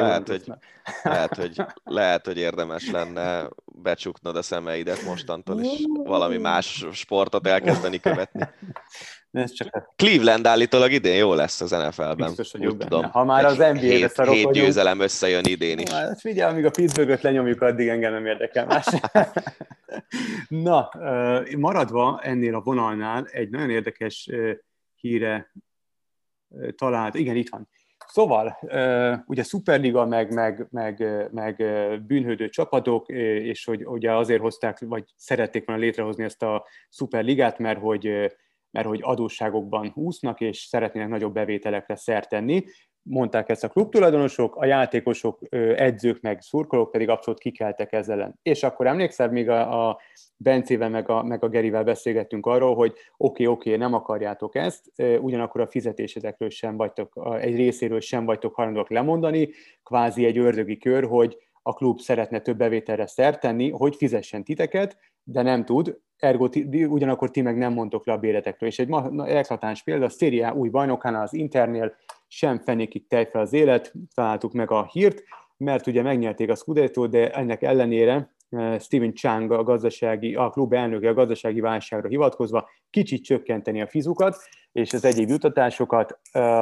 lehet, hogy érdemes lenne becsuknod a szemeidet mostantól, és valami más sportot elkezdeni követni. Cleveland állítólag idén jó lesz az NFL-ben. Biztos vagyok benne. Tudom, ha már az NBA-be szarok 7 győzelem összejön idén is. Hát figyelj, amíg a Pittsburgh-öt lenyomjuk, addig engem nem érdekel más. Na, maradva ennél a vonalnál egy nagyon érdekes híre talált. Igen, itt van. Szóval, ugye Superliga, meg bűnhődő csapatok, és hogy ugye azért hozták, vagy szerették volna létrehozni ezt a Superligát, mert hogy adósságokban úsznak, és szeretnének nagyobb bevételekre szert tenni. Mondták ezt a klubtulajdonosok, a játékosok, edzők, meg szurkolók pedig abszolút kikeltek ezzel ellen. És akkor emlékszel, még a Bencével, meg a Gerivel beszélgettünk arról, hogy oké, nem akarjátok ezt, ugyanakkor a fizetésetekről sem vagytok, egy részéről sem vagytok hajlandóak lemondani, kvázi egy ördögi kör, hogy a klub szeretne több bevételre szert tenni, hogy fizessen titeket, de nem tud, ergo ugyanakkor ti meg nem mondtok le a béretekről. És egy eklatáns példa, a Serie A új bajnokánál, az Internél sem fenékig tejfel az élet, találtuk meg a hírt, mert ugye megnyerték a Scudettót, de ennek ellenére Steven Chang, a klub elnöke a gazdasági válságra hivatkozva kicsit csökkenteni a fizukat, és az egyéb jutatásokat.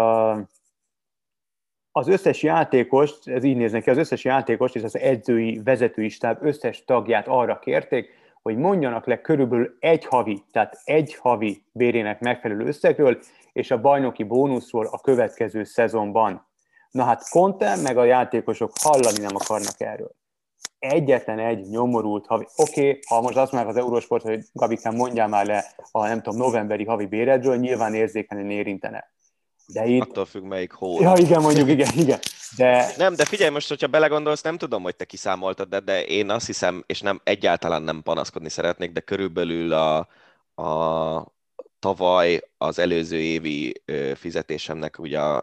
Az összes játékost, ez így néz neki, az összes játékost és az edzői, vezetői stáb összes tagját arra kérték, hogy mondjanak le körülbelül egy havi bérének megfelelő összegről, és a bajnoki bónuszról a következő szezonban. Na hát Conte meg a játékosok hallani nem akarnak erről. Egyetlen egy nyomorult havi. Oké, ha most azt mondják az Eurosport, hogy Gabikám, mondjál már le a nem tudom, novemberi havi béredről, nyilván érzékenyen érintene. De itt... Attól függ, melyik hónap. Ja, igen, mondjuk, igen. De figyelj, most, hogyha belegondolsz, nem tudom, hogy te kiszámoltad, de én azt hiszem, és nem egyáltalán nem panaszkodni szeretnék, de körülbelül a tavaly az előző évi fizetésemnek ugye a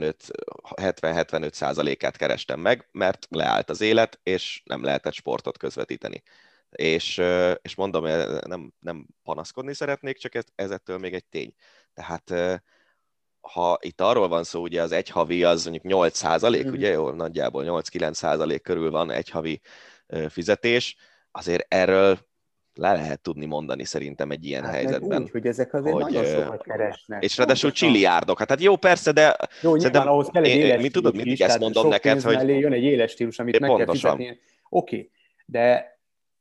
70-75%-át kerestem meg, mert leállt az élet, és nem lehetett sportot közvetíteni. És mondom, nem panaszkodni szeretnék, csak ez ettől még egy tény. Tehát ha itt arról van szó, ugye az egy havi az mondjuk 8%, ugye jó, nagyjából 8-9% körül van egy havi fizetés, azért erről le lehet tudni mondani szerintem egy ilyen helyzetben. Úgy, hogy ezek azért nagyon sokat keresnek. És ráadásul csilliárdok. Hát jó, persze, de jó, nyilván ahhoz kell egy éles stílus. Tudod, mindig ezt mondom neked, hogy... mellé jön egy éles stílus, amit meg kell fizetni. Oké, de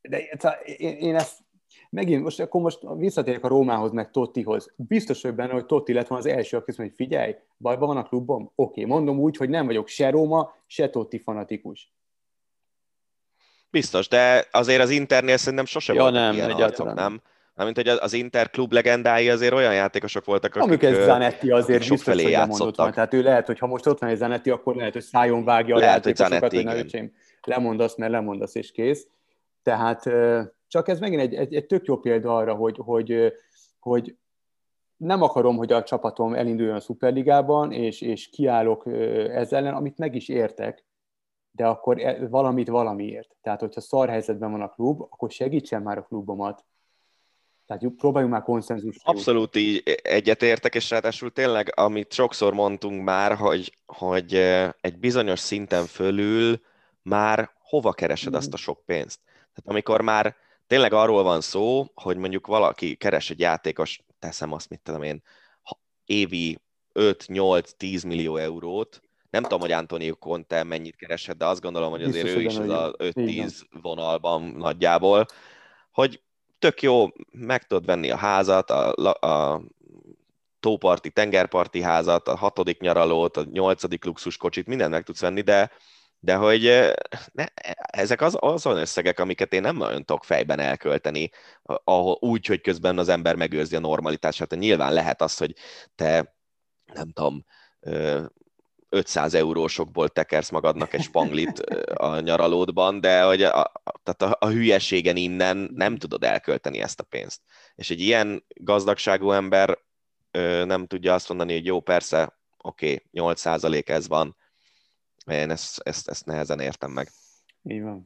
én ezt megint, most visszatérek a Rómához, meg Tottihoz. Biztos vagyok benne, hogy Totti lett volna az első, aki mondja, hogy figyelj, bajban van a klubom? Oké, mondom úgy, hogy nem vagyok se Róma, se Totti fanatikus. Biztos, de azért az Internél szerintem sose voltak ilyen arcok, nem? Mármint, hogy az Inter klub legendái azért olyan játékosok voltak, akik Zanetti azért biztos, hogy lemondott van. Tehát ő lehet, hogy ha most ott van egy Zanetti, akkor lehet, hogy szájon vágja a játékosokat, hogy ne öcsém, lemondasz, mert lemondasz, és kész. Tehát csak ez megint egy tök jó példa arra, hogy nem akarom, hogy a csapatom elinduljon a Szuperligában, és kiállok ezzel ellen, amit meg is értek, de akkor valamiért. Tehát, hogyha szar helyzetben van a klub, akkor segítsen már a klubomat. Tehát próbáljunk már konszenzust. Abszolút így egyetértek, és ráadásul tényleg, amit sokszor mondtunk már, hogy egy bizonyos szinten fölül már hova keresed azt a sok pénzt. Tehát amikor már tényleg arról van szó, hogy mondjuk valaki keres egy játékos, teszem azt, mit tudom én, évi 5-8-10 millió eurót, nem tudom, hogy Antonio Conte mennyit keresett, de azt gondolom, hogy azért biztos, ő is az a 5-10 vonalban nagyjából, hogy tök jó, meg tudod venni a házat, a tóparti, tengerparti házat, a 6. nyaralót, a 8. luxuskocsit, mindent meg tudsz venni, de hogy ezek azon összegek, amiket én nem nagyon tudok fejben elkölteni, úgy, hogy közben az ember megőrzi a normalitását. Nyilván lehet az, hogy te, nem tudom, 500 eurósokból tekersz magadnak egy spanglit a nyaralódban, de hogy tehát a hülyeségen innen nem tudod elkölteni ezt a pénzt. És egy ilyen gazdagságú ember nem tudja azt mondani, hogy jó, persze, oké, 8% ez van. Én ezt nehezen értem meg. Így van.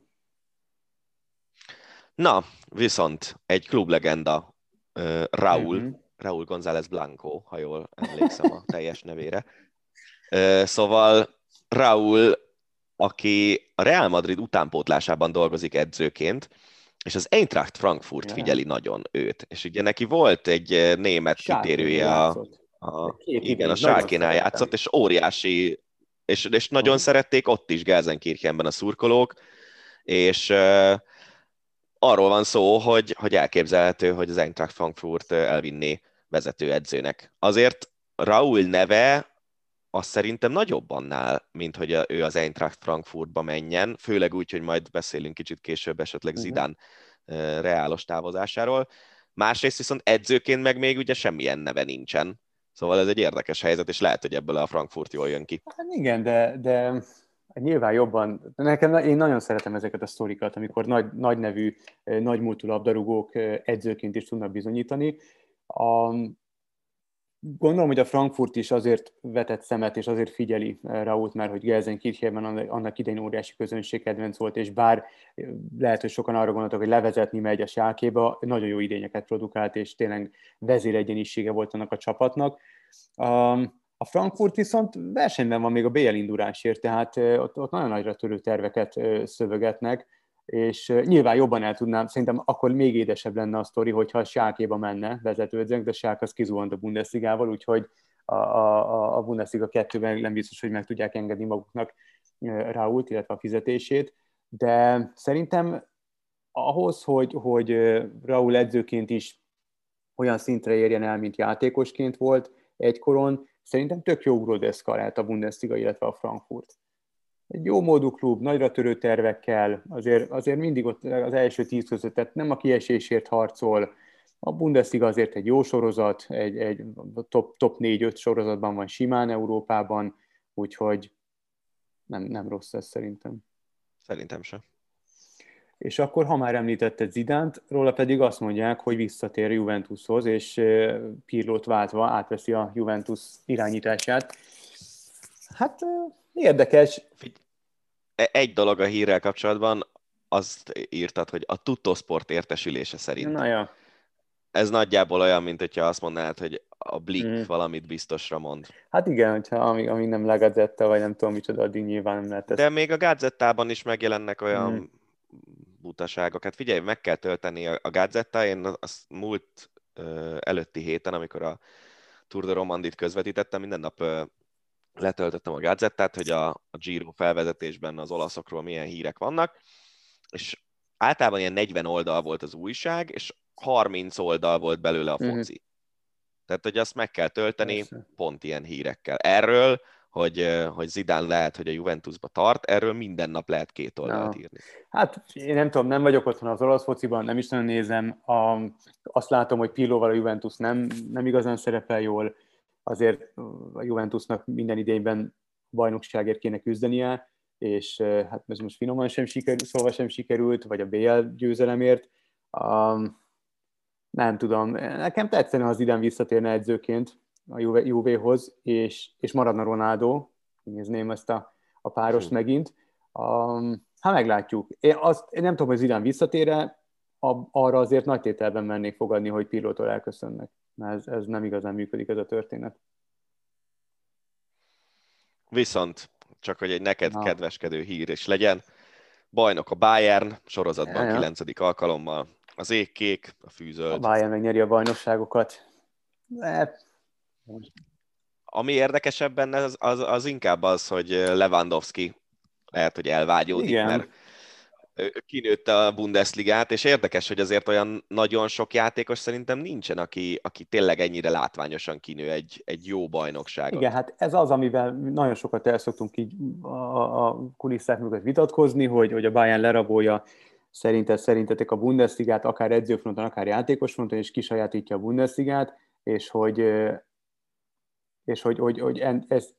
Na, viszont egy klublegenda, Raúl González Blanco, ha jól emlékszem a teljes nevére. Szóval Raúl, aki a Real Madrid utánpótlásában dolgozik edzőként, és az Eintracht Frankfurt figyeli nagyon őt. És ugye neki volt egy német kitérője, igen, a Schalkénál játszott, és óriási, és nagyon szerették ott is Gelsenkirchenben a szurkolók, és arról van szó, hogy elképzelhető, hogy az Eintracht Frankfurt elvinné vezetőedzőnek. Azért Raúl neve az szerintem nagyobb annál, mint hogy ő az Eintracht Frankfurtba menjen, főleg úgy, hogy majd beszélünk kicsit később esetleg Zidane reálos távozásáról. Másrészt viszont edzőként meg még ugye semmilyen neve nincsen. Szóval ez egy érdekes helyzet, és lehet, hogy ebből a Frankfurt jól jön ki. Hát igen, de nyilván jobban. Én nagyon szeretem ezeket a sztorikat, amikor nagy nevű, nagy múltú labdarúgók edzőként is tudnak bizonyítani. Gondolom, hogy a Frankfurt is azért vetett szemet, és azért figyeli Raúlt, mert hogy Gelsenkirchenben annak idején óriási közönségkedvenc volt, és bár lehet, hogy sokan arra gondoltak, hogy levezetni megy a Schalkéba, nagyon jó idényeket produkált, és tényleg vezéregyenisége volt annak a csapatnak. A Frankfurt viszont versenyben van még a BL indulásért, tehát ott nagyon nagyra törő terveket szövegetnek, és nyilván jobban el tudnám, szerintem akkor még édesebb lenne a sztori, hogyha a Schalkéba menne vezetőedzőnk, de Schalke az kizuhant a Bundesligával, úgyhogy a Bundesliga 2-ben nem biztos, hogy meg tudják engedni maguknak Raúlt, illetve a fizetését, de szerintem ahhoz, hogy Raúl edzőként is olyan szintre érjen el, mint játékosként volt egykoron, szerintem tök jó ugródeszka lehet a Bundesliga, illetve a Frankfurt. Egy jó módú klub, nagyra törő tervekkel, azért mindig ott az első 10 között, tehát nem a kiesésért harcol. A Bundesliga azért egy jó sorozat, egy top 4-5 sorozatban van simán Európában, úgyhogy nem rossz ez szerintem. Szerintem sem. És akkor, ha már említetted Zidánt, róla pedig azt mondják, hogy visszatér Juventushoz, és Pirlót váltva átveszi a Juventus irányítását. Hát érdekes. Egy dolog a hírrel kapcsolatban, azt írtad, hogy a Tuttosport értesülése szerint. Na ja. Ez nagyjából olyan, mint hogyha azt mondanád, hogy a Blick valamit biztosra mond. Hát igen, hogyha amíg nem La Gazzetta, vagy nem tudom micsoda, addig nyilván nem lehet ezt. De még a Gazzettában is megjelennek olyan butaságok. Hát figyelj, meg kell tölteni a Gazzetta. Én azt múlt előtti héten, amikor a Tour de Romandit közvetítettem, minden nap letöltöttem a Gazzettát, hogy a Giro felvezetésben az olaszokról milyen hírek vannak, és általában ilyen 40 oldal volt az újság, és 30 oldal volt belőle a foci. Tehát, hogy azt meg kell tölteni pont ilyen hírekkel. Erről, hogy Zidane lehet, hogy a Juventusba tart, erről minden nap lehet 2 oldalt írni. Hát én nem tudom, nem vagyok otthon az olasz fociban, nem is nagyon nézem. Azt látom, hogy Pirlóval a Juventus nem igazán szerepel jól, azért a Juventusnak minden idényben bajnokságért kéne küzdenie, és hát ez most finoman sem sikerült, szóval sem sikerült, vagy a BL győzelemért. Nem tudom, nekem tetszene, ha Zidane visszatérne edzőként a Juvéhoz, és maradna Ronaldo, nézném ezt a párost megint. Hát meglátjuk. Én nem tudom, hogy Zidane visszatér-e, arra azért nagy tételben mennék fogadni, hogy Pirlótól elköszönnek. Mert ez nem igazán működik, ez a történet. Viszont, csak hogy egy neked kedveskedő hír is legyen, bajnok a Bayern, sorozatban 9. alkalommal. Az égkék, a fűzöld. A Bayern megnyeri a bajnokságokat. Ami érdekesebb benne, az inkább az, hogy Lewandowski lehet, hogy elvágyódik, igen, mert kinőtte a Bundesligát, és érdekes, hogy azért olyan nagyon sok játékos szerintem nincsen, aki tényleg ennyire látványosan kinő egy jó bajnokságot. Igen, hát ez az, amivel nagyon sokat el szoktunk így a kulisszák mögött vitatkozni, hogy a Bayern lerabolja szerintetek a Bundesligát, akár edzőfronton, akár játékosfronton, és kisajátítja a Bundesligát, és hogy ez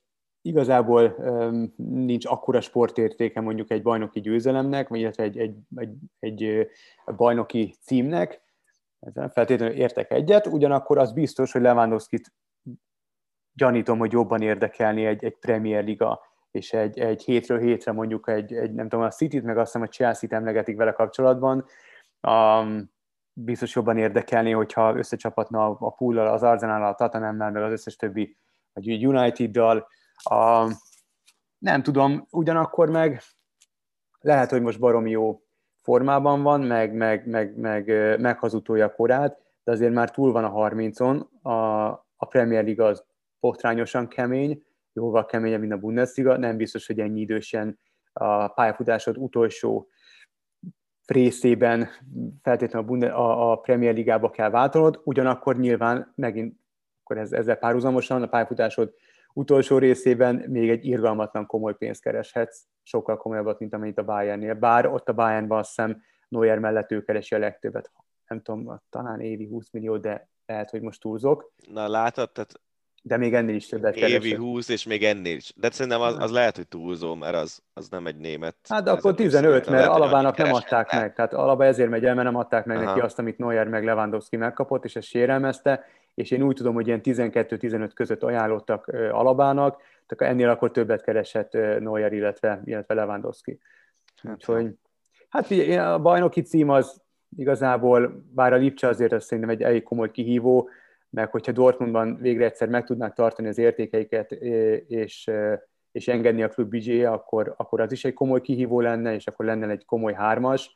igazából nincs akkora sportértéke mondjuk egy bajnoki győzelemnek, vagy illetve egy bajnoki címnek, ezzel feltétlenül értek egyet, ugyanakkor az biztos, hogy Lewandowskit gyanítom, hogy jobban érdekelni egy Premier Liga, és egy hétről hétre mondjuk egy nem tudom, a Cityt, meg azt hiszem a Chelsea-t emlegetik vele kapcsolatban, biztos jobban érdekelni, hogyha összecsapatna a Pool-al, az Arsenal-al, a Tottenham-mel, meg az összes többi, vagy United-dal. Nem tudom, ugyanakkor meg lehet, hogy most baromi jó formában van, meg meghazudtolja a korát, de azért már túl van a 30-on, a Premier Liga az botrányosan kemény, jóval keményebb, mint a Bundesliga, nem biztos, hogy ennyi idősen a pályafutásod utolsó részében feltétlenül a Premier Ligába kell váltanod, ugyanakkor nyilván megint akkor ezzel párhuzamosan a pályafutásod utolsó részében még egy irgalmatlan komoly pénzt kereshetsz, sokkal komolyabbat, mint amennyit a Bayernnél. Bár ott a Bayernban azt hiszem Neuer mellett ő keresi a legtöbbet. Nem tudom, talán évi 20 millió, de lehet, hogy most túlzok. Na látod, tehát de még ennél is többet keresett. Évi 20, és még ennél is. De szerintem az lehet, hogy túlzó, mert az nem egy német. Hát de akkor 15, mert Alabának nem adták meg. Tehát Alaba ezért megy el, mert nem adták meg neki azt, amit Neuer meg Lewandowski megkapott, és ezt sérelmezte, és én úgy tudom, hogy ilyen 12-15 között ajánlottak Alabának, tehát ennél akkor többet keresett Neuer, illetve Lewandowski. Úgyhogy, hát a bajnoki cím az igazából, bár a Lipcse azért az szerintem egy elég komoly kihívó, meg hogyha Dortmundban végre egyszer meg tudnák tartani az értékeiket, és engedni a klub büdzséje, akkor az is egy komoly kihívó lenne, és akkor lenne egy komoly hármas.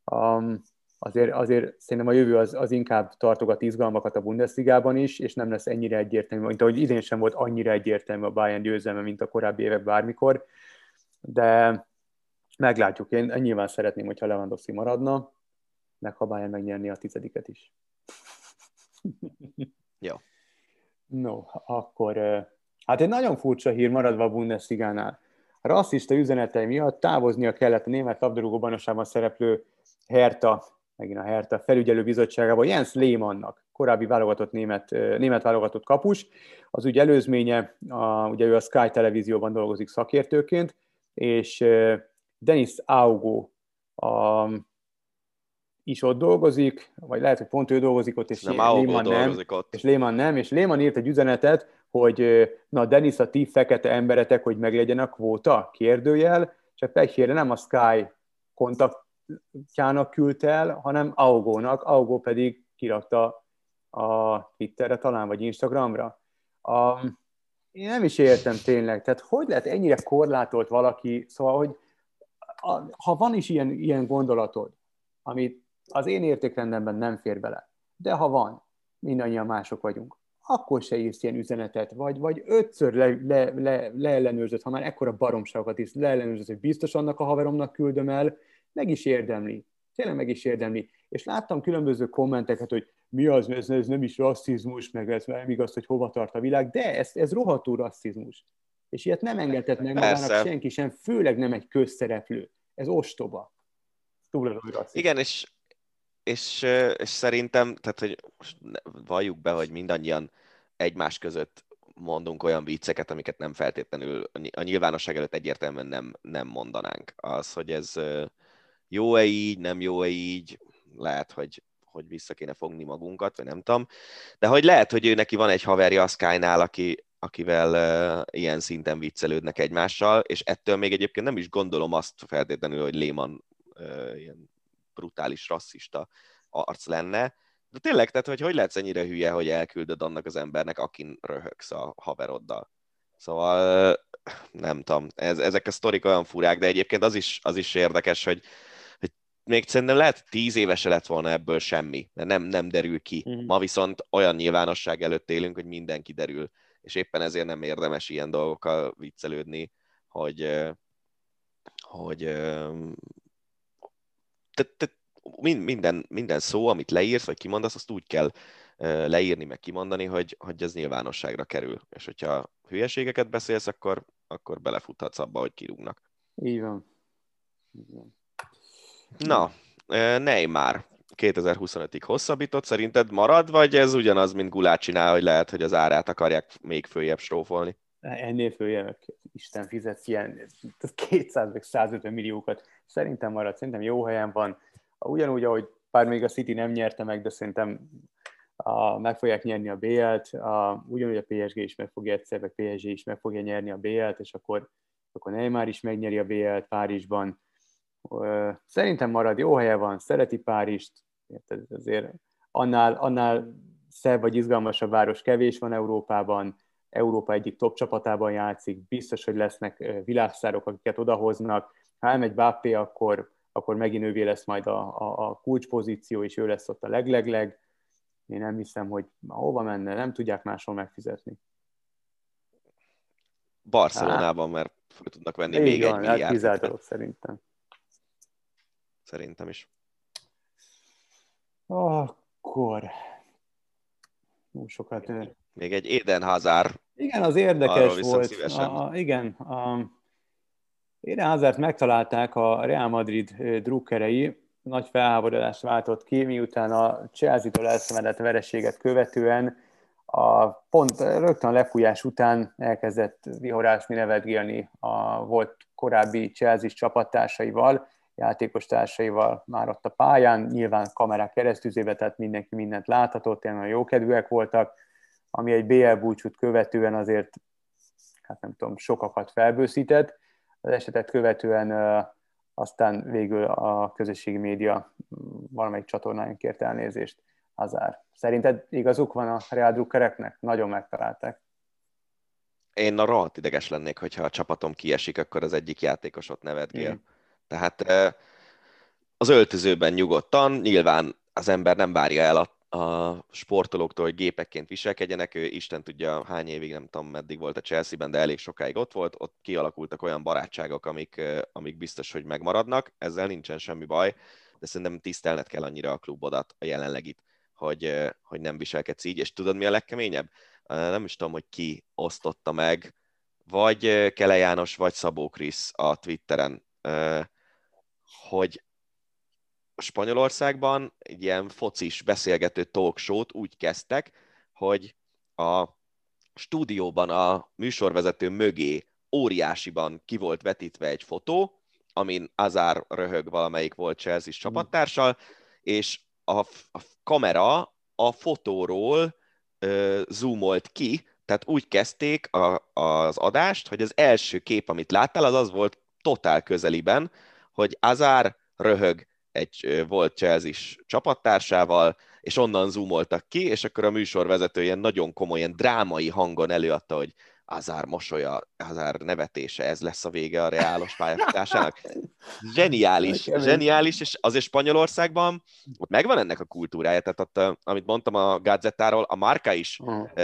Azért szerintem a jövő az inkább tartogat izgalmakat a Bundesligában is, és nem lesz ennyire egyértelmű, mint ahogy idén sem volt annyira egyértelmű a Bayern győzelme, mint a korábbi évek bármikor, de meglátjuk. Én nyilván szeretném, hogyha Lewandowski maradna, meg ha Bayern megnyerni a 10. is. Jó. No, akkor hát egy nagyon furcsa hír maradva a Bundesligánál. A rasszista üzenetei miatt távoznia kellett a német labdarúgó-bajnokságban szereplő Hertha felügyelő bizottságából Jens Lehmannnak, korábbi válogatott német válogatott kapus. Az ügy előzménye, ugye ő a Sky televízióban dolgozik szakértőként, és Denis Augo is ott dolgozik, vagy lehet, hogy pont ő dolgozik ott, és Lehmann nem, és Lehmann írt egy üzenetet, hogy na Denis, a ti fekete emberetek, hogy meglegyen a kvóta? Kérdőjel, csak pekjére nem a Sky kontaktjának küldte el, hanem Augónak, Augo pedig kirakta a Twitterre talán, vagy Instagramra. Én nem is értem tényleg, tehát hogy lehet ennyire korlátolt valaki, szóval, hogy ha van is ilyen gondolatod, amit az én értékrendemben nem fér bele, de ha van, mindannyian mások vagyunk, akkor se írsz ilyen üzenetet, vagy 5-ször leellenőrzött, ha már ekkora baromságokat is leellenőrzött, hogy biztos annak a haveromnak küldöm el, meg is érdemli. Tényleg meg is érdemli. És láttam különböző kommenteket, hogy mi az, ez nem is rasszizmus, meg ez nem igaz, hogy hova tart a világ, de ez rohadtul rasszizmus. És ilyet nem engedhet meg magának senki sem, főleg nem egy közszereplő. Ez ostoba. Igen, és szerintem, tehát, hogy valljuk be, hogy mindannyian egymás között mondunk olyan vicceket, amiket nem feltétlenül a nyilvánosság előtt egyértelműen nem mondanánk. Az, hogy ez jó-e így, nem jó-e így, lehet, hogy vissza kéne fogni magunkat, vagy nem tudom. De hogy lehet, hogy ő neki van egy haverja a Skynál, akivel ilyen szinten viccelődnek egymással, és ettől még egyébként nem is gondolom azt feltétlenül, hogy Lehmann ilyen brutális rasszista arc lenne. De tényleg, tehát hogy lehetsz ennyire hülye, hogy elküldöd annak az embernek, akin röhögsz a haveroddal. Szóval nem tudom, ezek a sztorik olyan furák, de egyébként az is érdekes, hogy még szerintem lehet 10 éve se lett volna ebből semmi, de nem derül ki. Ma viszont olyan nyilvánosság előtt élünk, hogy minden kiderül, és éppen ezért nem érdemes ilyen dolgokkal viccelődni, hogy minden szó, amit leírsz, vagy kimondasz, azt úgy kell leírni, meg kimondani, hogy ez nyilvánosságra kerül. És hogyha hülyeségeket beszélsz, akkor belefuthatsz abba, hogy kirúgnak. Így van. Na, Neymar 2025-ig hosszabbított, szerinted marad, vagy ez ugyanaz, mint Gulát csinál, hogy lehet, hogy az árát akarják még följebb strófolni? ennél följebb, Isten fizet ilyen 200 vagy 150 milliókat. Szerintem marad, szerintem jó helyen van. Ugyanúgy, ahogy bár még a City nem nyerte meg, de szerintem meg fogják nyerni a BL-t, ugyanúgy a PSG is meg fogja egyszer, vagy PSG is meg fogja nyerni a BL-t, és akkor Neymar is megnyeri a BL-t Párizsban. Szerintem marad, jó helye van, szereti Párizst, azért annál szebb vagy izgalmasabb város kevés van Európában, Európa egyik top csapatában játszik, biztos, hogy lesznek világsztárok, akiket odahoznak. Ha elmegy Mbappé, akkor megint ővé lesz majd a kulcspozíció, és ő lesz ott a leglegleg. Én nem hiszem, hogy hova menne, nem tudják máshol megfizetni. Barcelonában, mert fel tudnak venni még van, 1 milliárd. Hát kizárt dolog szerintem. Szerintem is. Akkor... sokat... Még egy Eden Hazard. Igen, az érdekes volt. Igen. Eden Hazard megtalálták a Real Madrid drukkerei, nagy felháborodást váltott ki, miután a Chelsea-től elszenvedett vereséget követően pont rögtön a lefújás után elkezdett vihorásni, nevetgélni a volt korábbi Chelsea csapattársaival, játékos társaival már ott a pályán, nyilván kamerák keresztüzébe, tehát mindenki mindent láthatott, tényleg jókedvűek voltak, ami egy BL búcsút követően azért, hát nem tudom, sokakat felbőszített. Az esetet követően aztán végül a közösségi média valamelyik csatornán kért elnézést. Hazard. Szerinted igazuk van a Real drukkereknek? Nagyon megtalálták. Én rohadt ideges lennék, hogyha a csapatom kiesik, akkor az egyik játékos ott nevetgél. Tehát az öltözőben nyugodtan, nyilván az ember nem várja el a sportolóktól, hogy gépekként viselkedjenek, ő Isten tudja hány évig, nem tudom meddig volt a Chelsea-ben, de elég sokáig ott volt, ott kialakultak olyan barátságok, amik biztos, hogy megmaradnak, ezzel nincsen semmi baj, de szerintem tisztelned kell annyira a klubodat, a jelenlegit, hogy nem viselkedsz így, és tudod mi a legkeményebb? Nem is tudom, hogy ki osztotta meg, vagy Kele János, vagy Szabó Krisz a Twitteren, hogy Spanyolországban egy ilyen focis beszélgető talk show-t úgy kezdtek, hogy a stúdióban a műsorvezető mögé óriásiban ki volt vetítve egy fotó, amin Hazard röhög valamelyik volt Chelsea-s csapattársal, és a kamera a fotóról zoomolt ki, tehát úgy kezdték az adást, hogy az első kép, amit láttál, az volt totál közeliben, hogy Hazard röhög egy volt Chelsea-s csapattársával, és onnan zoomoltak ki, és akkor a műsorvezető ilyen nagyon komoly, ilyen drámai hangon előadta, hogy Hazard mosolya, Hazard nevetése, ez lesz a vége a reálos pályafutásának. Zseniális, és azért Spanyolországban ott megvan ennek a kultúrája, tehát ott, amit mondtam a Gazettáról, a Marca is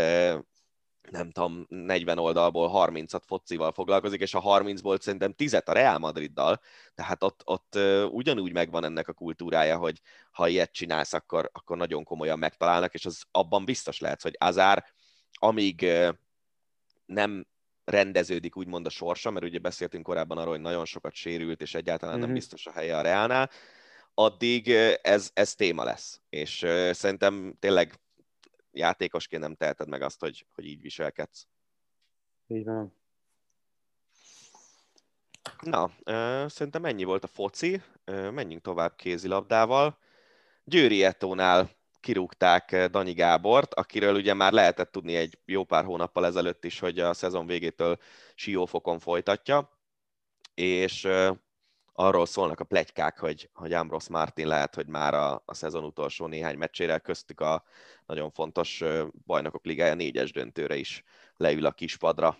nem tudom, 40 oldalból 30-at focival foglalkozik, és a 30-ból szerintem 10-et a Real Madriddal, tehát ott ugyanúgy megvan ennek a kultúrája, hogy ha ilyet csinálsz, akkor nagyon komolyan megtalálnak, és az abban biztos lehet, hogy Hazard, amíg nem rendeződik úgymond a sorsa, mert ugye beszéltünk korábban arról, hogy nagyon sokat sérült, és egyáltalán nem biztos a helye a Realnál, addig ez téma lesz. És szerintem tényleg játékosként nem teheted meg azt, hogy így viselkedsz. Így van. Na, szerintem ennyi volt a foci. Menjünk tovább kézilabdával. Győri Etónál kirúgták Danyi Gábort, akiről ugye már lehetett tudni egy jó pár hónappal ezelőtt is, hogy a szezon végétől siófokon folytatja, és arról szólnak a pletykák, hogy Ambros Martin lehet, hogy már a szezon utolsó néhány meccsére, köztük a nagyon fontos Bajnokok Ligája 4-es döntőre is leül a kispadra.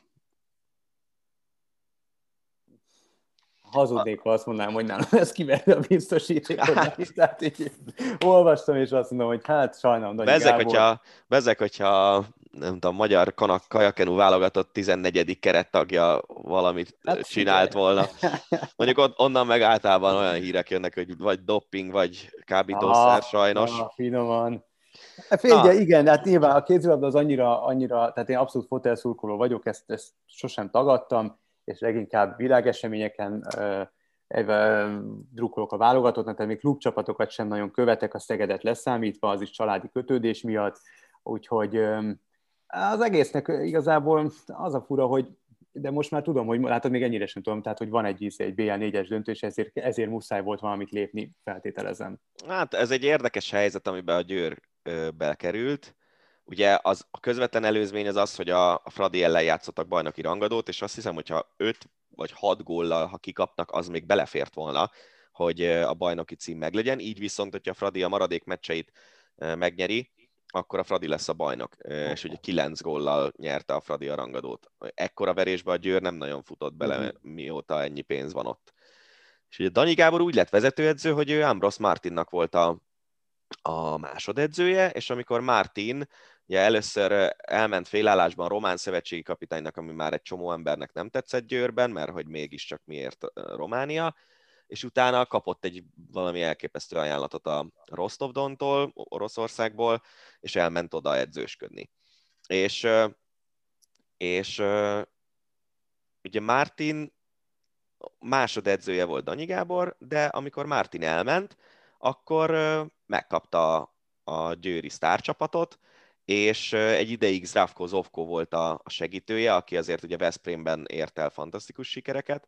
Hazudnék, ha azt mondanám, hogy nálam ez kiverni a biztosítékot is. Tehát így olvastam, és azt mondom, hogy hát sajnálom, Danyi Gábor. Bezzek, hogyha nem tudom, magyar kajakenu válogatott 14. kerettagja valamit csinált volna. Mondjuk onnan meg általában olyan hírek jönnek, hogy vagy dopping, vagy kábítószer, sajnos. Finoman. Figyelj, igen, hát nyilván a kézilabda az annyira, tehát én abszolút fotelszurkoló vagyok, ezt sosem tagadtam, és leginkább világeseményeken drukkolok a válogatottnak, tehát még klubcsapatokat sem nagyon követek, a Szegedet leszámítva, az is családi kötődés miatt, úgyhogy Az egésznek igazából az a fura, hogy de most már tudom, hogy látod, még ennyire sem tudom, tehát hogy van egy BL 4-es döntő, és ezért muszáj volt valamit lépni, feltételezem. Hát ez egy érdekes helyzet, amiben a Győr belekerült. Ugye a közvetlen előzmény az, hogy a Fradi ellen játszottak bajnoki rangadót, és azt hiszem, hogyha 5 vagy 6 góllal, ha kikapnak, az még belefért volna, hogy a bajnoki cím meglegyen. Így viszont, hogyha a Fradi a maradék meccseit megnyeri, akkor a Fradi lesz a bajnok. És ugye 9 góllal nyerte a Fradi a rangadót. Ekkora verésbe a Győr nem nagyon futott bele, mióta ennyi pénz van ott. És ugye Danyi Gábor úgy lett vezetőedző, hogy ő Ambros Martinnak volt a másodedzője, és amikor Martin ugye először elment félállásban román szövetségi kapitánynak, ami már egy csomó embernek nem tetszett Győrben, mert hogy mégiscsak miért Románia, és utána kapott egy valami elképesztő ajánlatot a Rostov-Dontól, Oroszországból, és elment oda edzősködni. És ugye Martin másodedzője volt Danyi Gábor, de amikor Martin elment, akkor megkapta a győri sztárcsapatot, és egy ideig Zdravko Zovko volt a segítője, aki azért ugye Veszprémben ért el fantasztikus sikereket,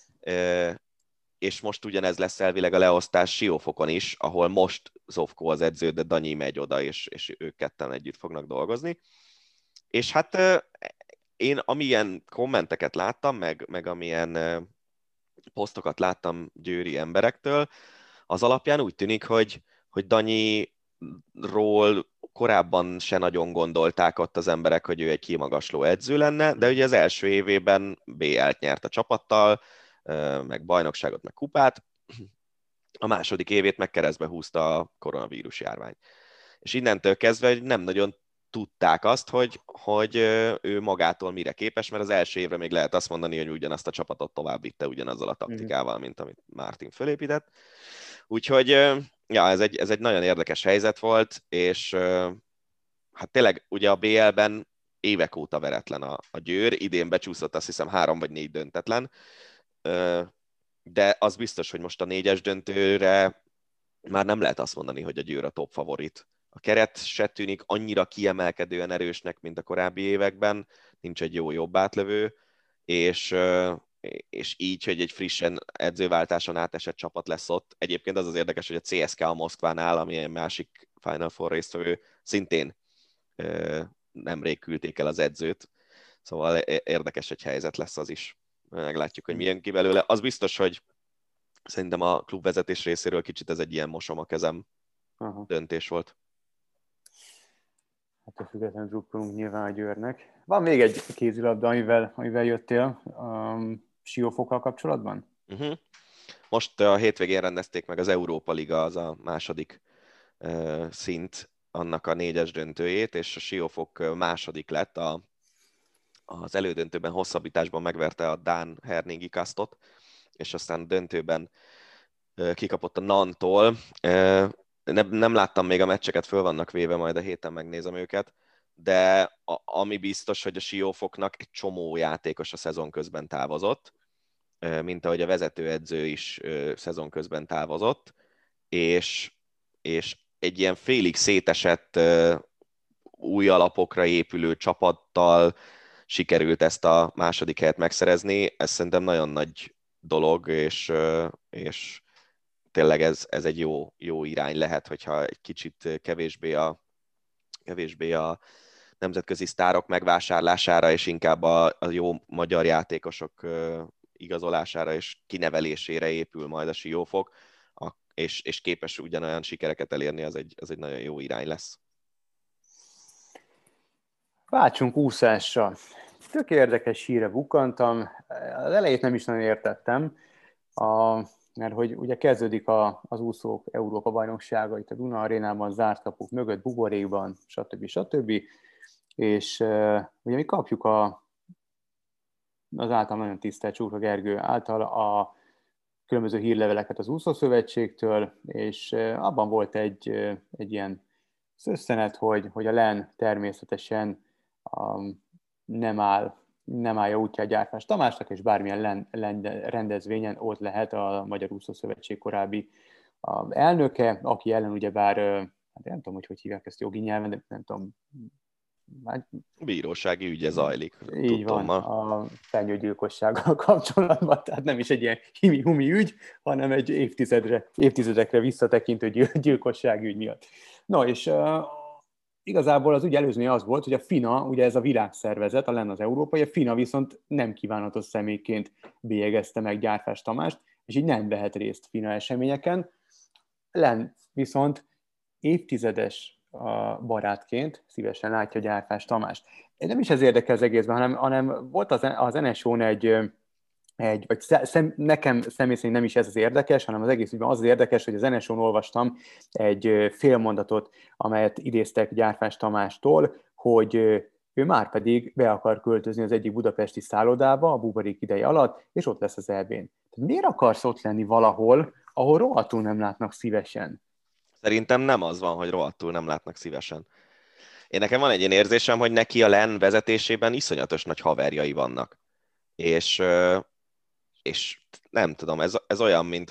és most ugyanez lesz elvileg a leosztás Siófokon is, ahol most Zovko az edző, de Danyi megy oda, és ők ketten együtt fognak dolgozni. És hát én amilyen kommenteket láttam, meg amilyen posztokat láttam győri emberektől, az alapján úgy tűnik, hogy Danyiról korábban se nagyon gondolták ott az emberek, hogy ő egy kimagasló edző lenne, de ugye az első évében BL-t nyert a csapattal, meg bajnokságot, meg kupát, a második évét meg keresztbe húzta a koronavírus járvány. És innentől kezdve nem nagyon tudták azt, hogy ő magától mire képes, mert az első évre még lehet azt mondani, hogy ugyanazt a csapatot tovább vitte ugyanazzal a taktikával, mint amit Martin fölépített. Úgyhogy ja, ez egy nagyon érdekes helyzet volt, és hát tényleg ugye a BL-ben évek óta veretlen a Győr, idén becsúszott azt hiszem 3 vagy 4 döntetlen, de az biztos, hogy most a 4-es döntőre már nem lehet azt mondani, hogy a Győr a top favorit. A keret se tűnik annyira kiemelkedően erősnek, mint a korábbi években, nincs egy jó jobb átlövő, és így, hogy egy frissen edzőváltáson átesett csapat lesz ott. Egyébként az érdekes, hogy a CSKA a Moszkvánál, ami egy másik Final Four résztvevő, szintén nemrég küldték el az edzőt, szóval érdekes egy helyzet lesz az is. Meglátjuk, hogy milyen ki belőle. Az biztos, hogy szerintem a klubvezetés részéről kicsit ez egy ilyen mosom a kezem döntés volt. Hát a függetlenül drukkolunk nyilván a Győrnek. Van még egy kézilabda, amivel jöttél Siófokkal kapcsolatban? Most a hétvégén rendezték meg az Európa Liga, az a második szint, annak a 4-es döntőjét, és a Siófok második lett, az elődöntőben hosszabbításban megverte a dán Herningi Kastot, és aztán döntőben kikapott a Nantól. Nem láttam még a meccseket, föl vannak véve, majd a héten megnézem őket, de ami biztos, hogy a Siófoknak egy csomó játékos a szezon közben távozott, mint ahogy a vezetőedző is szezon közben távozott, és egy ilyen félig szétesett új alapokra épülő csapattal sikerült ezt a második helyet megszerezni. Ez szerintem nagyon nagy dolog, és tényleg ez egy jó irány lehet, hogyha egy kicsit kevésbé a nemzetközi sztárok megvásárlására, és inkább a jó magyar játékosok igazolására és kinevelésére épül majd a Siófok, és képes ugyanolyan sikereket elérni, az egy nagyon jó irány lesz. Váltsunk úszásra. Tök érdekes hírre bukkantam. Az elejét nem is nagyon értettem, mert hogy ugye kezdődik az úszók Európa-bajnoksága itt a Duna Arénában, zárt kapuk mögött, buborékban, stb. És ugye mi kapjuk az által nagyon tisztelt Csúkra Gergő által a különböző hírleveleket az úszószövetségtől, és abban volt egy ilyen szösszenet, hogy a LEN természetesen nem állja útját Gyárfás Tamásnak, és bármilyen rendezvényen ott lehet a Magyar Úszószövetség korábbi elnöke, aki ellen ugyebár, hát nem tudom, hogy hívják ezt jogi nyelven, de nem tudom, Bírósági ügye zajlik. Így van, a fenyőgyilkossággal kapcsolatban, tehát nem is egy ilyen himi-humi ügy, hanem egy évtizedekre visszatekintő gyilkossági ügy miatt. No, és igazából az ügy előzménye az volt, hogy a FINA, ugye ez a világszervezet, a LEN az európai, a FINA viszont nem kívánatos személyként bélyegezte meg Gyárfás Tamást, és így nem vehet részt FINA eseményeken. LEN viszont évtizedes barátként szívesen látja Gyárfás Tamást. Nem is ez érdekel az egészben, hanem volt az NSO-n nekem személy szerint nem is ez az érdekes, hanem az egész ügyben az érdekes, hogy az NSO-n olvastam egy félmondatot, amelyet idéztek Gyárfás Tamástól, hogy ő már pedig be akar költözni az egyik budapesti szállodába a buborék ideje alatt, és ott lesz az EB-n. Miért akarsz ott lenni valahol, ahol rohadtul nem látnak szívesen? Szerintem nem az van, hogy rohadtul nem látnak szívesen. Én nekem van egy ilyen érzésem, hogy neki a LEN vezetésében iszonyatos nagy haverjai vannak. És nem tudom, ez olyan, mint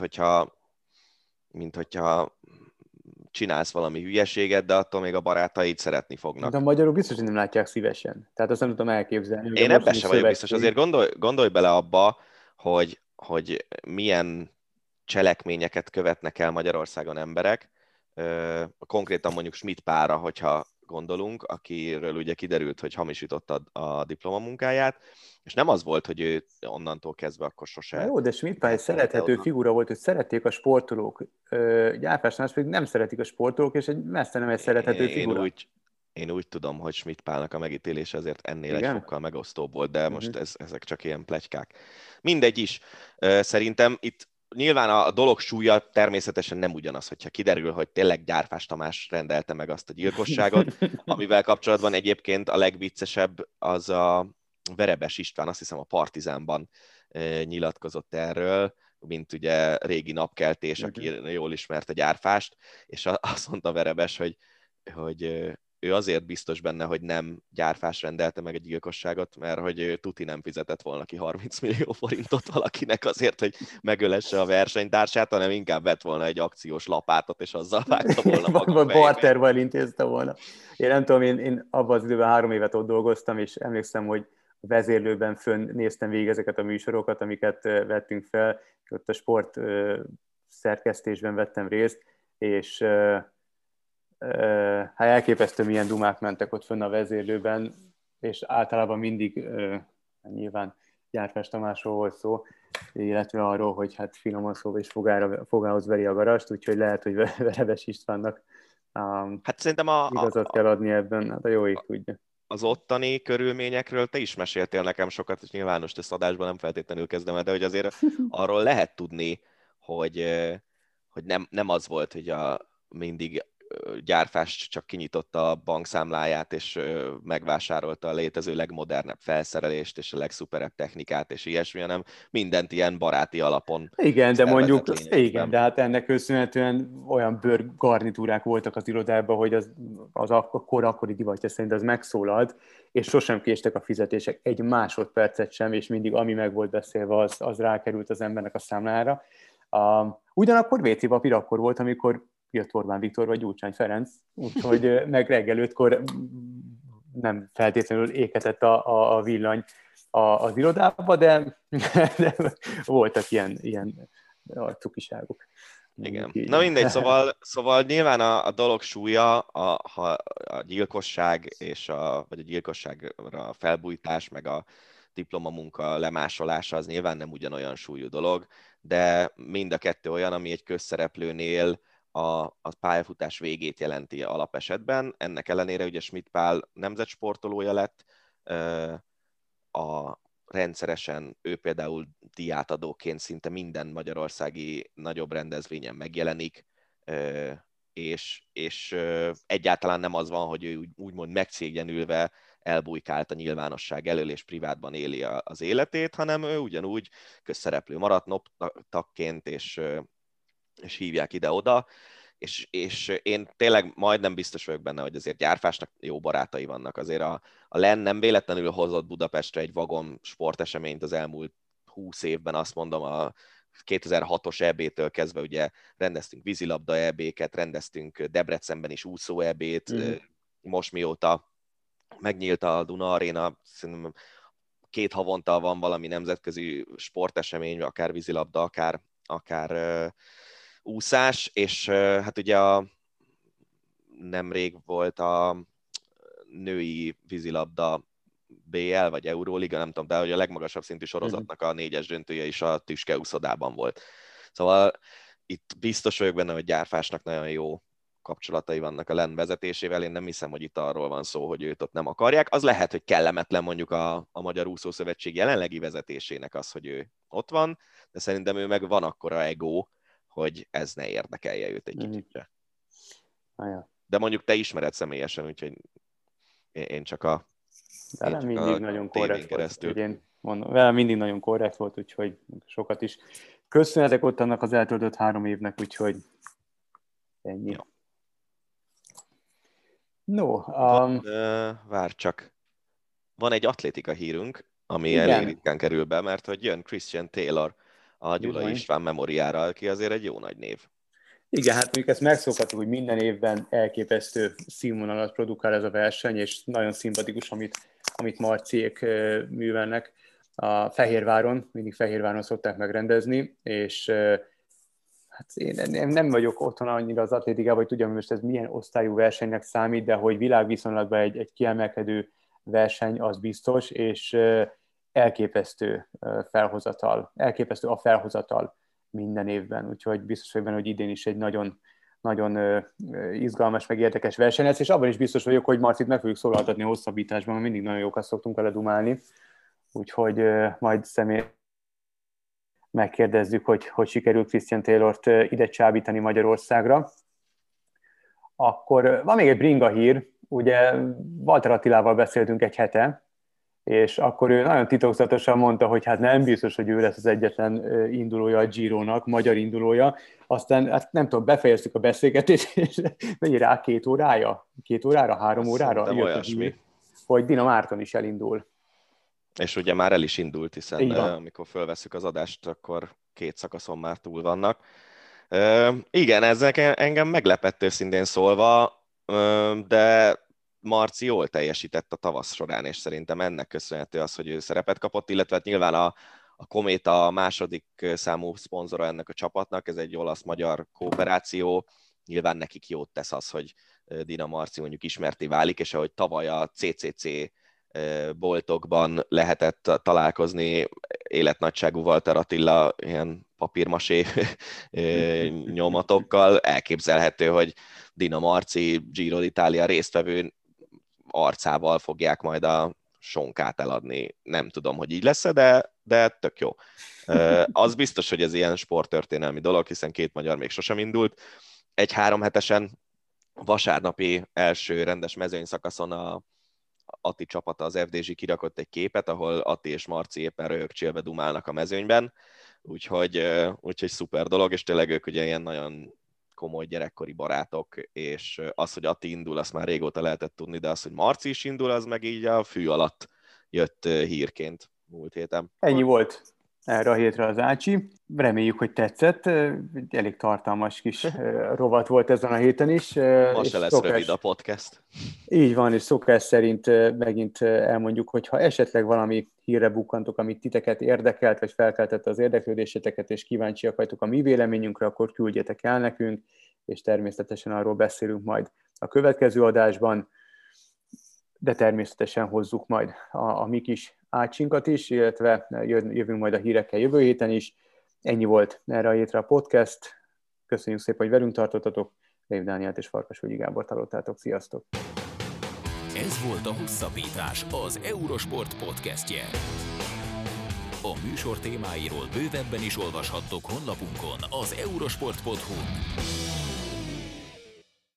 hogyha csinálsz valami hülyeséget, de attól még a barátaid szeretni fognak. De a magyarok biztos, hogy nem látják szívesen. Tehát azt nem tudom elképzelni. Én ebben sem vagyok biztos. Azért gondolj bele abba, hogy milyen cselekményeket követnek el Magyarországon emberek. Konkrétan mondjuk Schmidt Pálra, hogyha gondolunk, akiről ugye kiderült, hogy hamisította a diplomamunkáját, és nem az volt, hogy ő onnantól kezdve akkor sose... Na jó, de Schmidt Pál egy szerethető figura volt, hogy szerették a sportolók. Gyárfás Tamás pedig nem szeretik a sportolók, és messze nem egy szerethető figura. Én úgy tudom, hogy Schmidt Pálnak a megítélése azért ennél egy fokkal megosztóbb volt, de most ezek csak ilyen pletykák. Mindegy is. Szerintem itt nyilván a dolog súlya természetesen nem ugyanaz, hogyha kiderül, hogy tényleg Gyárfás Tamás rendelte meg azt a gyilkosságot, amivel kapcsolatban egyébként a legviccesebb az a Verebes István, azt hiszem a Partizánban nyilatkozott erről, mint ugye régi napkeltés, aki jól ismerte Gyárfást, és azt mondta Verebes, hogy ő azért biztos benne, hogy nem Gyárfás rendelte meg a gyilkosságot, mert hogy tuti nem fizetett volna ki 30 millió forintot valakinek azért, hogy megölesse a versenytársát, hanem inkább vett volna egy akciós lapátot, és azzal vágta volna maga barterval intézte volna. Én nem tudom, én abban az időben 3 évet ott dolgoztam, és emlékszem, hogy a vezérlőben fönn néztem végig ezeket a műsorokat, amiket vettünk fel, ott a sport szerkesztésben vettem részt, és hát elképesztő milyen dumák mentek ott fönn a vezérlőben, és általában mindig nyilván Gyárfás Tamásról volt szó, illetve arról, hogy hát finoman szóval is fogához veri a garast, úgyhogy lehet, hogy Verebes Istvánnak hát szerintem igazat kell adni ebben, hát a jó ég tudja. Az ottani körülményekről te is meséltél nekem sokat, és nyilván most ezt adásban nem feltétlenül kezdem el, de hogy azért arról lehet tudni, hogy nem az volt, hogy mindig Gyárfás csak kinyitotta a bankszámláját, és megvásárolta a létező legmodernebb felszerelést, és a legszuperebb technikát, és ilyesmi, hanem mindent ilyen baráti alapon. Igen, de mondjuk, igen, de hát ennek köszönhetően olyan bőrgarnitúrák voltak az irodában, hogy az akkori divatja szerint az megszólalt, és sosem késtek a fizetések egy másodpercet sem, és mindig ami meg volt beszélve, az rákerült az embernek a számlára. Ugyanakkor WC papír akkor volt, amikor jött Orbán Viktor vagy Gyurcsány Ferenc, úgyhogy meg reggel 5-kor nem feltétlenül ékezett a villany az irodába, de voltak ilyen cukiságok. Igen. Na mindegy, szóval nyilván a dolog súlya, a gyilkosság vagy a gyilkosságra felbújtás, meg a diplomamunka lemásolása az nyilván nem ugyanolyan súlyú dolog, de mind a kettő olyan, ami egy közszereplőnél a pályafutás végét jelenti alapesetben. Ennek ellenére ugye Schmidt Pál nemzetsportolója lett, rendszeresen ő például díjátadóként szinte minden magyarországi nagyobb rendezvényen megjelenik, és egyáltalán nem az van, hogy ő úgymond megszégyenülve elbújkált a nyilvánosság elől, és privátban éli az életét, hanem ő ugyanúgy közszereplő maradt noptakként, és hívják ide-oda, és én tényleg majdnem biztos vagyok benne, hogy azért Gyárfásnak jó barátai vannak. Azért a LEN nem véletlenül hozott Budapestre egy vagon sporteseményt az elmúlt 20 évben, azt mondom, a 2006-os EB-től kezdve ugye rendeztünk vízilabda EB-ket, rendeztünk Debrecenben is úszó EB-t, most mióta megnyílt a Duna Aréna, szerintem 2 havonta van valami nemzetközi sportesemény, akár vízilabda, akár úszás, és hát ugye nemrég volt a női vízilabda BL vagy Euróliga, nem tudom, de hogy a legmagasabb szintű sorozatnak a 4-es döntője is a Tüske úszodában volt. Szóval itt biztos vagyok benne, hogy Gyárfásnak nagyon jó kapcsolatai vannak a LEN vezetésével. Én nem hiszem, hogy itt arról van szó, hogy őt ott nem akarják. Az lehet, hogy kellemetlen mondjuk a Magyar Úszószövetség jelenlegi vezetésének az, hogy ő ott van, de szerintem ő meg van akkora ego, hogy ez ne érdekelje őt egy kicsit se. De mondjuk te ismered személyesen, úgyhogy én csak a velem mindig nagyon korrekt volt. Én mondom, velem mindig nagyon korrekt volt, úgyhogy sokat is köszönhetek ott annak az eltöltött 3 évnek, úgyhogy ennyi. Ja. No, várj csak. Van egy atlétika hírünk, ami elég ritkán kerül be, mert hogy jön Christian Taylor a Gyulai István memoriára, aki azért egy jó nagy név. Igen, hát mondjuk ezt megszokhatjuk, hogy minden évben elképesztő színvonalat produkál ez a verseny, és nagyon szimpatikus, amit Marciék művelnek a Fehérváron, mindig Fehérváron szokták megrendezni, és hát én nem vagyok otthon annyira az atlétikában, hogy tudjam, hogy most ez milyen osztályú versenynek számít, de hogy világviszonylatban egy kiemelkedő verseny, az biztos, és elképesztő a felhozatal minden évben, úgyhogy biztos vagyok benne, hogy idén is egy nagyon, nagyon izgalmas, meg érdekes verseny lesz, és abban is biztos vagyok, hogy Marcit meg fogjuk szólaltatni a hosszabbításban, mert mindig nagyon jókat szoktunk vele dumálni, úgyhogy majd megkérdezzük, hogy sikerült Christian Taylort ide csábítani Magyarországra. Akkor van még egy bringa hír, ugye Walter Attilával beszéltünk egy hete, és akkor ő nagyon titokzatosan mondta, hogy hát nem biztos, hogy ő lesz az egyetlen indulója a Girónak, magyar indulója. Aztán hát nem tudom, befejeztük a beszélgetést, és mennyi rá 2 órája? 2 órára, 3 órára? Olyasmi. Hogy Dina Márton is elindul. És ugye már el is indult, hiszen amikor fölvesszük az adást, akkor 2 szakaszon már túl vannak. Igen, ezek engem meglepett őszintén szólva, de Marci jól teljesített a tavasz során, és szerintem ennek köszönhető az, hogy ő szerepet kapott, illetve hát nyilván a Kométa a második számú szponzora ennek a csapatnak, ez egy olasz-magyar kooperáció, nyilván nekik jót tesz az, hogy Dina Marci mondjuk ismerté válik, és ahogy tavaly a CCC boltokban lehetett találkozni életnagyságú Walter Attila ilyen papírmasé nyomatokkal, elképzelhető, hogy Dina Marci Giro d'Italia résztvevő arcával fogják majd a sonkát eladni. Nem tudom, hogy így lesz, de tök jó. Az biztos, hogy ez ilyen sporttörténelmi dolog, hiszen 2 magyar még sosem indult. Egy 3 hetesen vasárnapi első rendes mezőny szakaszon a Atti csapata, az FDZ kirakott egy képet, ahol Atti és Marci éppen röhögcsélve dumálnak a mezőnyben, úgyhogy szuper dolog, és tényleg ők ugye ilyen nagyon komoly gyerekkori barátok, és az, hogy Atti indul, azt már régóta lehetett tudni, de az, hogy Marci is indul, az meg így a fű alatt jött hírként múlt héten. Ennyi volt erre a hétre az Ácsi. Reméljük, hogy tetszett. Elég tartalmas kis rovat volt ezen a héten is. Ma se lesz rövid a podcast. Így van, és szokás szerint megint elmondjuk, hogy ha esetleg valami hírre bukkantok, amit titeket érdekelt, vagy felkeltette az érdeklődéseteket, és kíváncsiak vagytok a mi véleményünkre, akkor küldjetek el nekünk, és természetesen arról beszélünk majd a következő adásban, de természetesen hozzuk majd a mi kis ácsinkat is, illetve jövünk majd a hírekkel jövő héten is. Ennyi volt erre a hétre a podcast. Köszönjük szépen, hogy velünk tartottatok. Rév Dánielt és Farkasvölgyi Gábort hallottátok. Sziasztok! Ez volt a Hosszabbítás, az Eurosport podcastje. A műsor témáiról bővebben is olvashattok honlapunkon, az eurosport.hu.